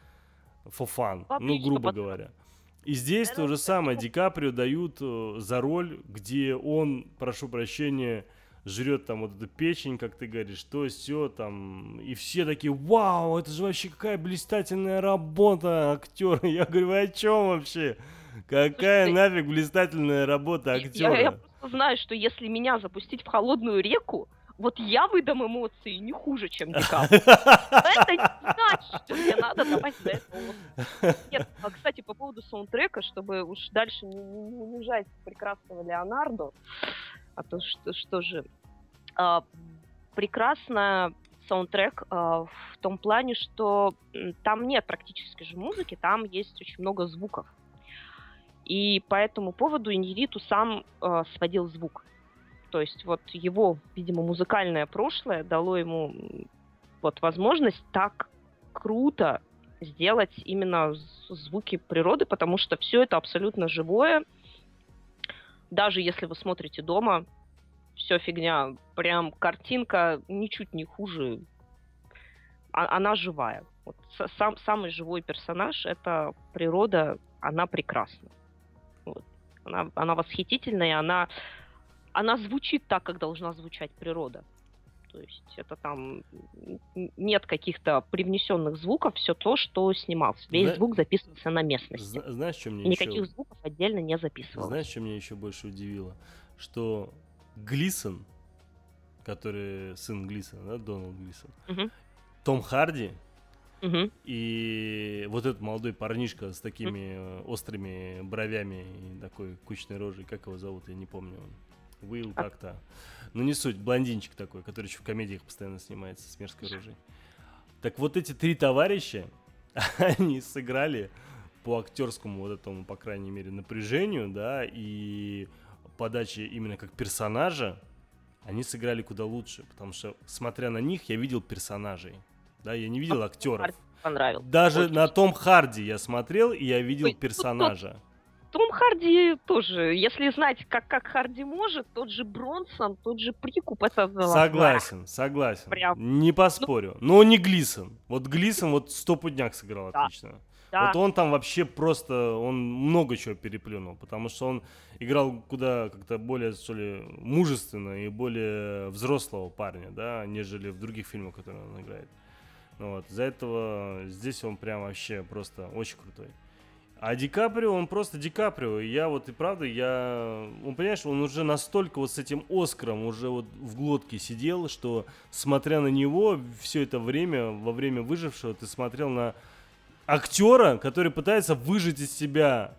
for fun, ну, грубо говоря. И здесь то же самое. Ди Каприо дают э, за роль, где он, прошу прощения, жрет там вот эту печень, как ты говоришь, то все там. И все такие: вау, это же вообще какая блистательная работа актера. Я говорю: вы о чем вообще? Какая Слушай, нафиг блистательная работа актера? Я, я просто знаю, что если меня запустить в холодную реку, вот я выдам эмоции не хуже, чем Ди Каприо. Это не значит, что мне надо давать за это. Нет, а, кстати, по поводу саундтрека, чтобы уж дальше не, не унижать прекрасного Леонардо, а то что, что же... А, прекрасно саундтрек а, в том плане, что там нет практически же музыки, там есть очень много звуков. И по этому поводу Иньярриту сам а, сводил звук. То есть вот его, видимо, музыкальное прошлое дало ему вот возможность так круто сделать именно звуки природы, потому что все это абсолютно живое. Даже если вы смотрите дома, все фигня, прям картинка ничуть не хуже. А, она живая. Вот сам, самый живой персонаж — это природа, она прекрасна. Вот. Она, она восхитительная, она, она звучит так, как должна звучать природа. То есть это там нет каких-то привнесенных звуков, все то, что снималось. Весь Зна... звук записывался на местности. Зна- знаешь, что мне Никаких еще... звуков отдельно не записывалось. Знаешь, что меня еще больше удивило? Что Глисон, который сын Глисона, да, Дональд Глисон, угу. Том Харди угу. и вот этот молодой парнишка с такими угу. острыми бровями и такой кучной рожей, как его зовут, я не помню. Уилл а... как-то. Ну, не суть, блондинчик такой, который еще в комедиях постоянно снимается с мерзкой рожей. Так вот эти три товарища, они сыграли по актерскому вот этому, по крайней мере, напряжению, да, и подаче именно как персонажа, они сыграли куда лучше, потому что, смотря на них, я видел персонажей, да, я не видел актеров. Понравился. Даже очень. На Том Харди я смотрел, и я видел Ой, персонажа. Тут, Том Харди тоже, если знать, как, как Харди может, тот же Бронсон, тот же Прикуп, это... Согласен, согласен, Прям. Не поспорю, ну, но не Глисон. Вот Глисон вот стопудняк сыграл да. отлично. Да. Вот он там вообще просто, он много чего переплюнул, потому что он играл куда как-то более, что ли, мужественно и более взрослого парня, да, нежели в других фильмах, которые он играет. Ну, вот, из-за этого здесь он прям вообще просто очень крутой. А Ди Каприо, он просто Ди Каприо. И я вот и правда, я... Он, понимаешь, он уже настолько вот с этим Оскаром уже вот в глотке сидел, что, смотря на него, все это время, во время «Выжившего», ты смотрел на актера, который пытается выжить из себя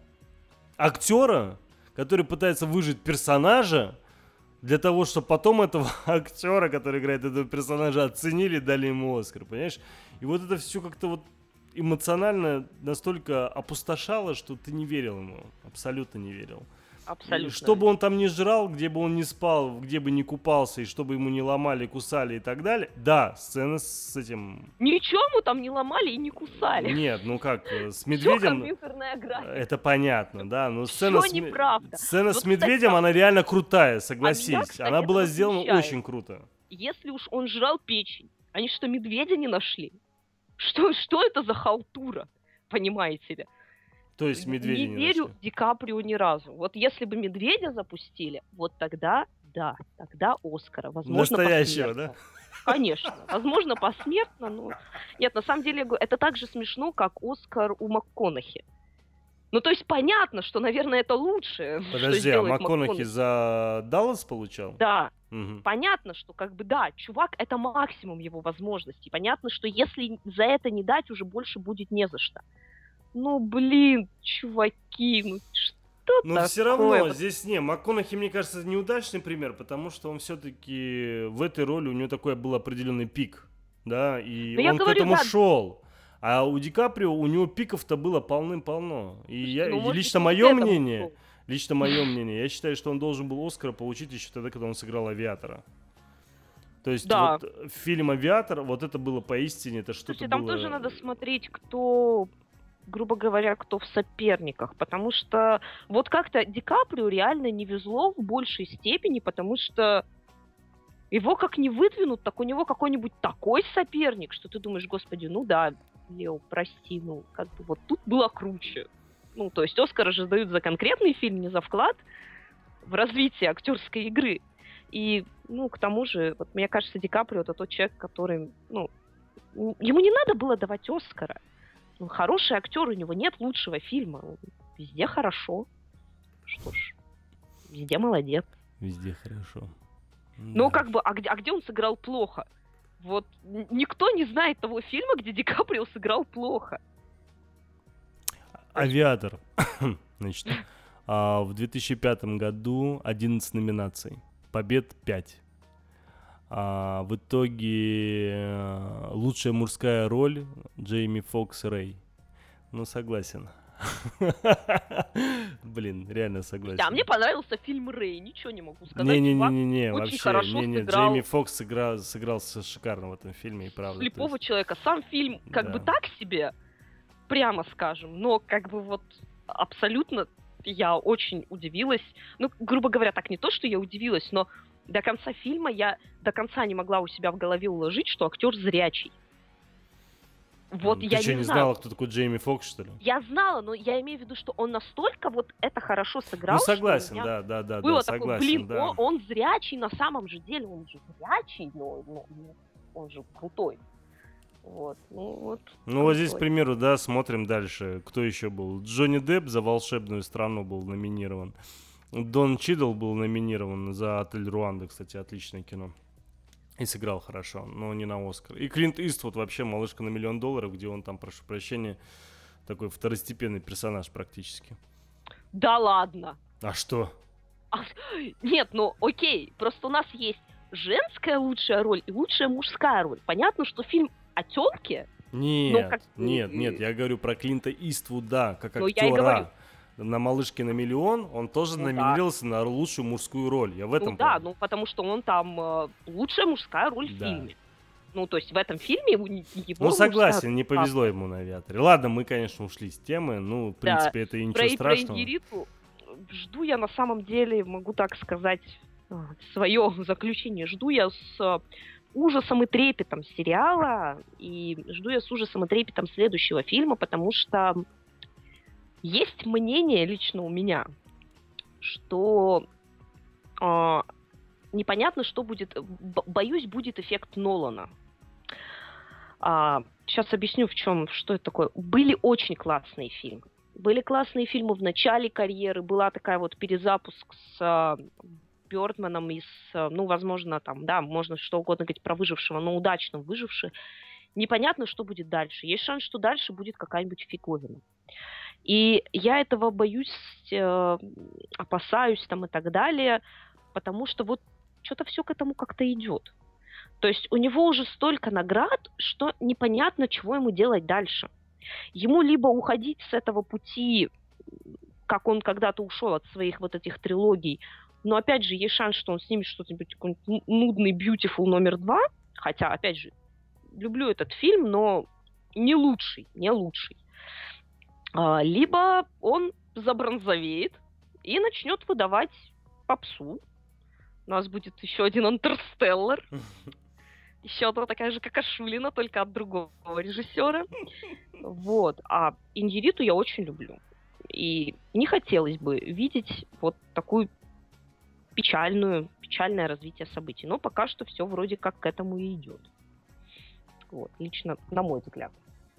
актера, который пытается выжить персонажа, для того, чтобы потом этого актера, который играет этого персонажа, оценили, дали ему Оскар, понимаешь? И вот это все как-то вот эмоционально настолько опустошало, что ты не верил ему, абсолютно не верил. Абсолютно. И что бы он там ни жрал, где бы он ни спал, где бы ни купался, и чтобы ему не ломали, кусали и так далее, да, сцена с этим... Ничего ему там не ломали и не кусали. Нет, ну как, с медведем... Это понятно, да, но сцена, с... сцена с медведем, кстати, она реально крутая, согласись. А меня, кстати, она была сделана возмущает. Очень круто. Если уж он жрал печень, они что, медведя не нашли? Что, что это за халтура, понимаете ли? То есть медведя не, не верю нашли. Ди Каприо ни разу. Вот если бы медведя запустили, вот тогда, да, тогда Оскара. Возможно, настоящего, посмертно. Да? Конечно. Возможно, посмертно, но... Нет, на самом деле, это так же смешно, как Оскар у МакКонахи. Ну, то есть понятно, что, наверное, это лучше. Подожди, а МакКонахи за Даллас получал? Да. Угу. Понятно, что как бы да, чувак, это максимум его возможностей. Понятно, что если за это не дать, уже больше будет не за что. Ну, блин, чуваки, ну что Но такое? все равно здесь не, МакКонахи, мне кажется, неудачный пример, потому что он все-таки в этой роли, у него такой был определенный пик, да, и Но он говорю, к этому да. шел. А у Ди Каприо, у него пиков-то было полным-полно. И я, ну, лично мое мнение, был. лично мое мнение, я считаю, что он должен был Оскара получить еще тогда, когда он сыграл «Авиатора». То есть да. вот фильм «Авиатор», вот это было поистине, это что-то Слушайте, было... там тоже надо смотреть, кто, грубо говоря, кто в соперниках, потому что вот как-то Ди Каприо реально не везло в большей степени, потому что его как не выдвинут, так у него какой-нибудь такой соперник, что ты думаешь, господи, ну да, Лео, прости, ну как бы вот тут было круче. Ну, то есть Оскара же дают за конкретный фильм, не за вклад в развитие актерской игры. И, ну, к тому же, вот мне кажется, Ди Каприо это тот человек, который, ну, ему не надо было давать Оскара. Он хороший актер, у него нет лучшего фильма. Везде хорошо. Что ж, везде молодец. Везде хорошо. Ну, да. как бы, а где, а где он сыграл плохо? Вот никто не знает того фильма, где Ди Каприо сыграл плохо. «Авиатор». Значит, а, в две тысячи пятом году одиннадцать номинаций. Побед пять. А, в итоге а, лучшая мужская роль Джейми Фокс Рэй. Ну, согласен. Блин, реально согласен. Да, мне понравился фильм «Рэй», ничего не могу сказать. Не-не-не-не, очень вообще, хорошо не, не, сыграл. Джейми Фокс сыграл, сыграл шикарно в этом фильме, и правда. Слепого есть... человека. Сам фильм как да. бы так себе, прямо скажем, но как бы вот абсолютно я очень удивилась. Ну, грубо говоря, так не то, что я удивилась, но до конца фильма я до конца не могла у себя в голове уложить, что актер зрячий. Вот Ты я что, не, не знаю. знала, кто такой Джейми Фокс, что ли? Я знала, но я имею в виду, что он настолько вот это хорошо сыграл. Ну, согласен, что да, да, да, было да, такое, согласен, блин, да. он, он зрячий на самом же деле, он же зрячий, но, но, но он же крутой. Вот, ну вот. Ну вот здесь, к примеру, да, смотрим дальше. Кто еще был? Джонни Депп за «Волшебную страну» был номинирован. Дон Чидл был номинирован за «Отель Руанда», кстати, отличное кино. И сыграл хорошо, но не на Оскар. И Клинт Иствуд вообще «Малышка на миллион долларов», где он там, прошу прощения, такой второстепенный персонаж практически. Да ладно. А что? А, нет, ну окей, просто у нас есть женская лучшая роль и лучшая мужская роль. Понятно, что фильм о тёлке. Нет, как... нет, нет, я говорю про Клинта Иствуда, как ну, я и говорю. актера. На «Малышке на миллион» он тоже ну, номинировался да. на лучшую мужскую роль. Я в этом Ну да, плане. ну потому что он там э, лучшая мужская роль да. в фильме. Ну, то есть в этом фильме его, его Ну, согласен, мужская... не повезло ему на «Авиаторе». Ладно, мы, конечно, ушли с темы. Ну, в принципе, да. это и ничего про, страшного. Про Индириту жду я на самом деле, могу так сказать, свое заключение. Жду я с ужасом и трепетом сериала, и жду я с ужасом и трепетом следующего фильма, потому что есть мнение лично у меня, что э, непонятно, что будет, б- боюсь, будет эффект Нолана. А, сейчас объясню, в чем, что это такое. Были очень классные фильмы. Были классные фильмы в начале карьеры, была такая вот перезапуск с Бёрдманом и с, ну, возможно, там, да, можно что угодно говорить про выжившего, но удачно выживший. Непонятно, что будет дальше. Есть шанс, что дальше будет какая-нибудь фиговина. И я этого боюсь, э, опасаюсь там и так далее, потому что вот что-то все к этому как-то идет. То есть у него уже столько наград, что непонятно, чего ему делать дальше. Ему либо уходить с этого пути, как он когда-то ушел от своих вот этих трилогий, но опять же есть шанс, что он снимет что-нибудь, какой-нибудь нудный Beautiful номер два, хотя, опять же, люблю этот фильм, но не лучший, не лучший. А, либо он забронзовеет и начнет выдавать попсу. У нас будет еще один «Интерстеллар». Еще одна такая же какашулина, только от другого режиссера. Вот. А Индириту я очень люблю. И не хотелось бы видеть вот такую печальную, печальное развитие событий. Но пока что все вроде как к этому и идет. Вот. Лично, на мой взгляд.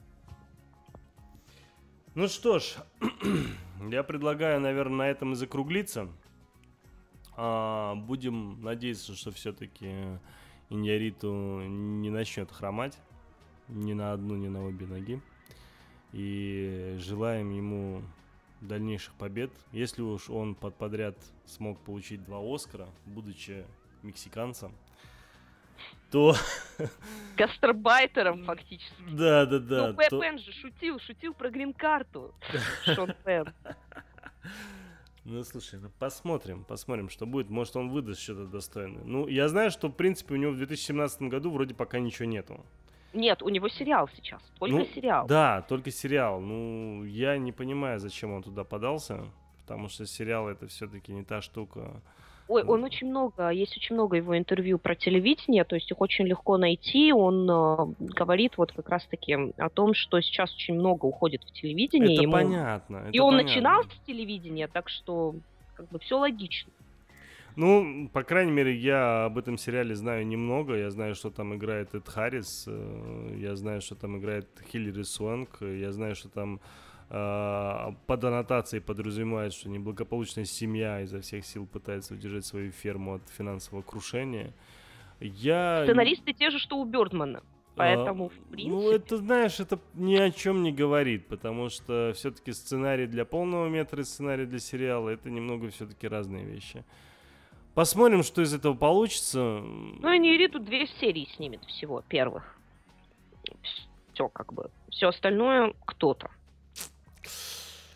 Ну что ж, я предлагаю, наверное, на этом и закруглиться. А, будем надеяться, что все-таки Иньярриту не начнет хромать ни на одну, ни на обе ноги. И желаем ему дальнейших побед. Если уж он под подряд смог получить два Оскара, будучи мексиканцем, то... Гастарбайтером фактически. Да, да, да. Ну, Пен же шутил, шутил про грин-карту. Шон Пен. Ну, слушай, ну посмотрим, посмотрим, что будет. Может, он выдаст что-то достойное. Ну, я знаю, что, в принципе, у него в две тысячи семнадцатом году вроде пока ничего нету. Нет, у него сериал сейчас, только ну, сериал. Да, только сериал. Ну, я не понимаю, зачем он туда подался, потому что сериал — это все-таки не та штука. Ой, он очень много, есть очень много его интервью про телевидение, то есть их очень легко найти. Он э, говорит вот как раз-таки о том, что сейчас очень много уходит в телевидение. Это ему... понятно. Это И он понятно. начинал с телевидения, так что как бы все логично. Ну, по крайней мере, я об этом сериале знаю немного. Я знаю, что там играет Эд Харрис, я знаю, что там играет Хиллари Суэнк, я знаю, что там э, под аннотацией подразумевает, что неблагополучная семья изо всех сил пытается удержать свою ферму от финансового крушения. Я... Сценаристы те же, что у Бёрдмана. Поэтому, в принципе... Ну, это, знаешь, это ни о чем не говорит, потому что все-таки сценарий для полного метра и сценарий для сериала — это немного все-таки разные вещи. Посмотрим, что из этого получится. Ну, Иньярриту две серии снимет всего, первых. Все как бы. Все остальное кто-то.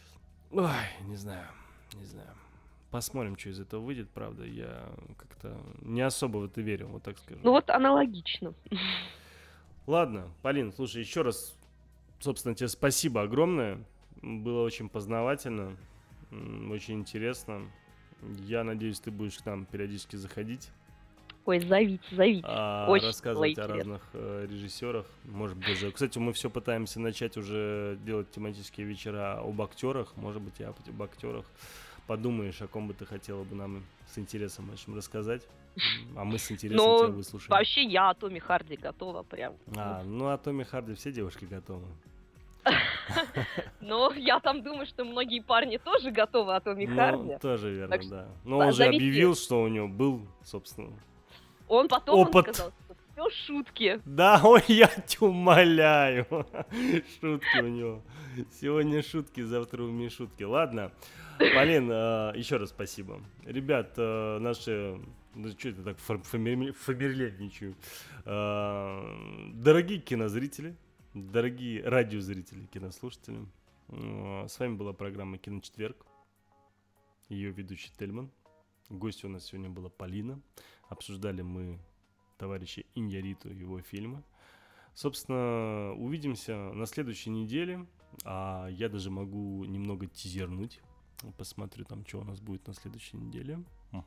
Ой, не знаю, не знаю. Посмотрим, что из этого выйдет, правда. Я как-то не особо в это верю, вот так скажу. Ну вот аналогично. Ладно, Полин, слушай, еще раз, собственно, тебе спасибо огромное. Было очень познавательно, очень интересно. Я надеюсь, ты будешь к нам периодически заходить. Ой, зовите, зовите. А, Очень рассказывать о разных э, режиссерах. Может быть, даже... Кстати, мы все пытаемся начать уже делать тематические вечера об актерах. Может быть, я об актерах. Подумаешь, о ком бы ты хотела бы нам с интересом большим рассказать. А мы с интересом Но тебя выслушаем. Вообще я о Томе Харди готова прям. А, ну о Томе Харди все девушки готовы. Но я там думаю, что многие парни тоже готовы о Томе Харди. Ну, тоже верно, Так да. Но он же объявил, что у него был, собственно, Он потом он опыт. сказал, что все шутки. Да, ой, я тебя умоляю. Шутки у него. Сегодня шутки, завтра у меня шутки. Ладно. Полин, э, еще раз спасибо. Ребят, э, наши... Ну, что это так фамильярничаю? Э, дорогие кинозрители, дорогие радиозрители, кинослушатели, э, с вами была программа «Киночетверг». Ее ведущий Тельман. Гостью у нас сегодня была Полина. Обсуждали мы товарища Иньярриту и его фильмы. Собственно, увидимся на следующей неделе. А я даже могу немного тизернуть. Посмотрю там, что у нас будет на следующей неделе.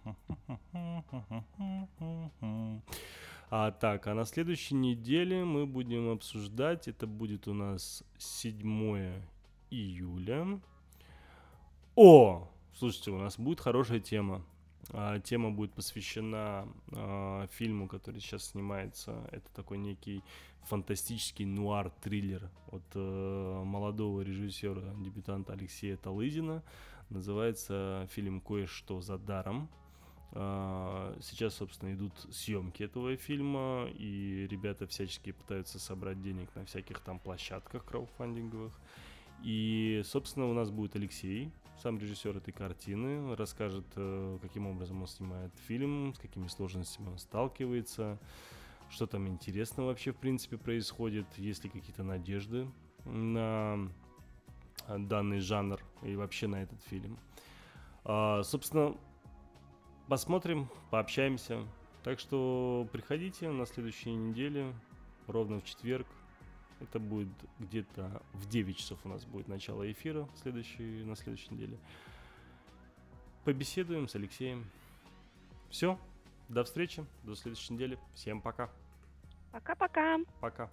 А, так, а на следующей неделе мы будем обсуждать. Это будет у нас седьмое июля. О! Слушайте, у нас будет хорошая тема. А, тема будет посвящена а, фильму, который сейчас снимается. Это такой некий фантастический нуар-триллер от а, молодого режиссера, дебютанта Алексея Талызина. Называется фильм «Кое-что за даром». А, сейчас, собственно, идут съемки этого фильма, и ребята всячески пытаются собрать денег на всяких там площадках краудфандинговых. И, собственно, у нас будет Алексей, сам режиссер этой картины, расскажет, каким образом он снимает фильм, с какими сложностями он сталкивается, что там интересно вообще в принципе происходит, есть ли какие-то надежды на данный жанр и вообще на этот фильм. А, собственно, посмотрим, пообщаемся. Так что приходите на следующей неделе, ровно в четверг. Это будет где-то в девять часов у нас будет начало эфира следующий, на следующей неделе. Побеседуем с Алексеем. Все, до встречи, до следующей недели. Всем пока. Пока-пока. Пока.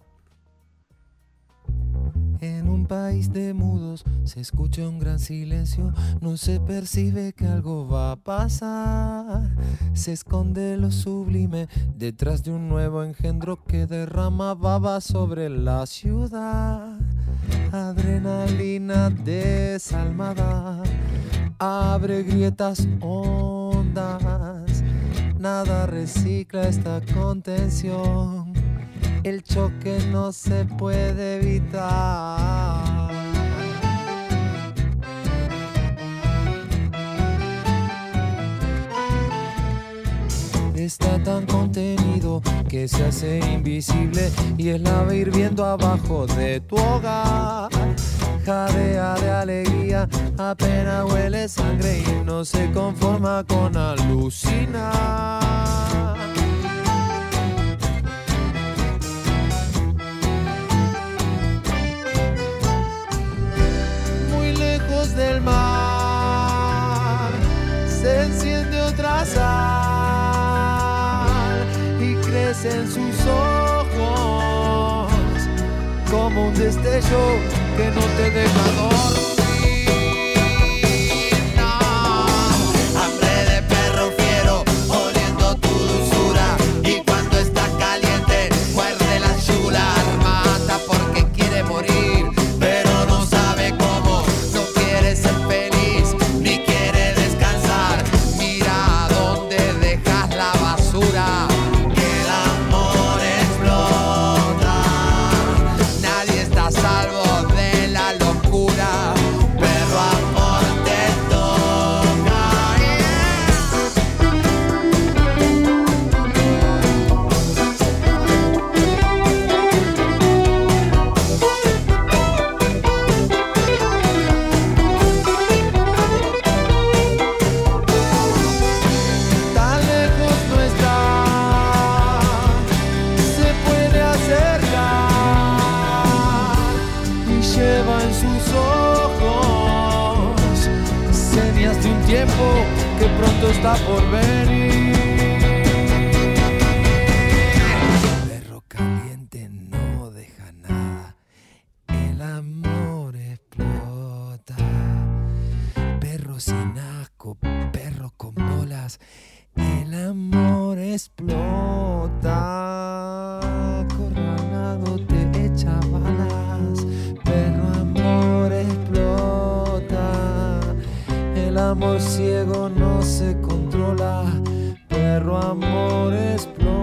En un país de mudos se escucha un gran silencio, no se percibe que algo va a pasar. Se esconde lo sublime detrás de un nuevo engendro que derrama baba sobre la ciudad. Adrenalina desalmada abre grietas hondas, nada recicla esta contención. El choque no se puede evitar. Está tan contenido que se hace invisible y es lava hirviendo abajo de tu hogar. Jadea de alegría, apenas huele sangre y no se conforma con alucinar. Del mar se enciende otra sal y crece en sus ojos como un destello que no te deja dormir. No, hambre de perro fiero oliendo tu dulzura y cuando está caliente muerde la yugular, mata porque quiere morir pero no sabe cómo. Ser feliz ni quiere descansar. Mira dónde dejas la basura, que el amor explota. Nadie está a salvo de la locura, pero amor te toca. Yeah. que pronto está por venir. Perro caliente no deja nada, el amor explota. Perro sin asco, perro con bolas, el amor explota. Acorralado te echa balas, perro amor explota. El amor ciego no se controla, perro amor explota.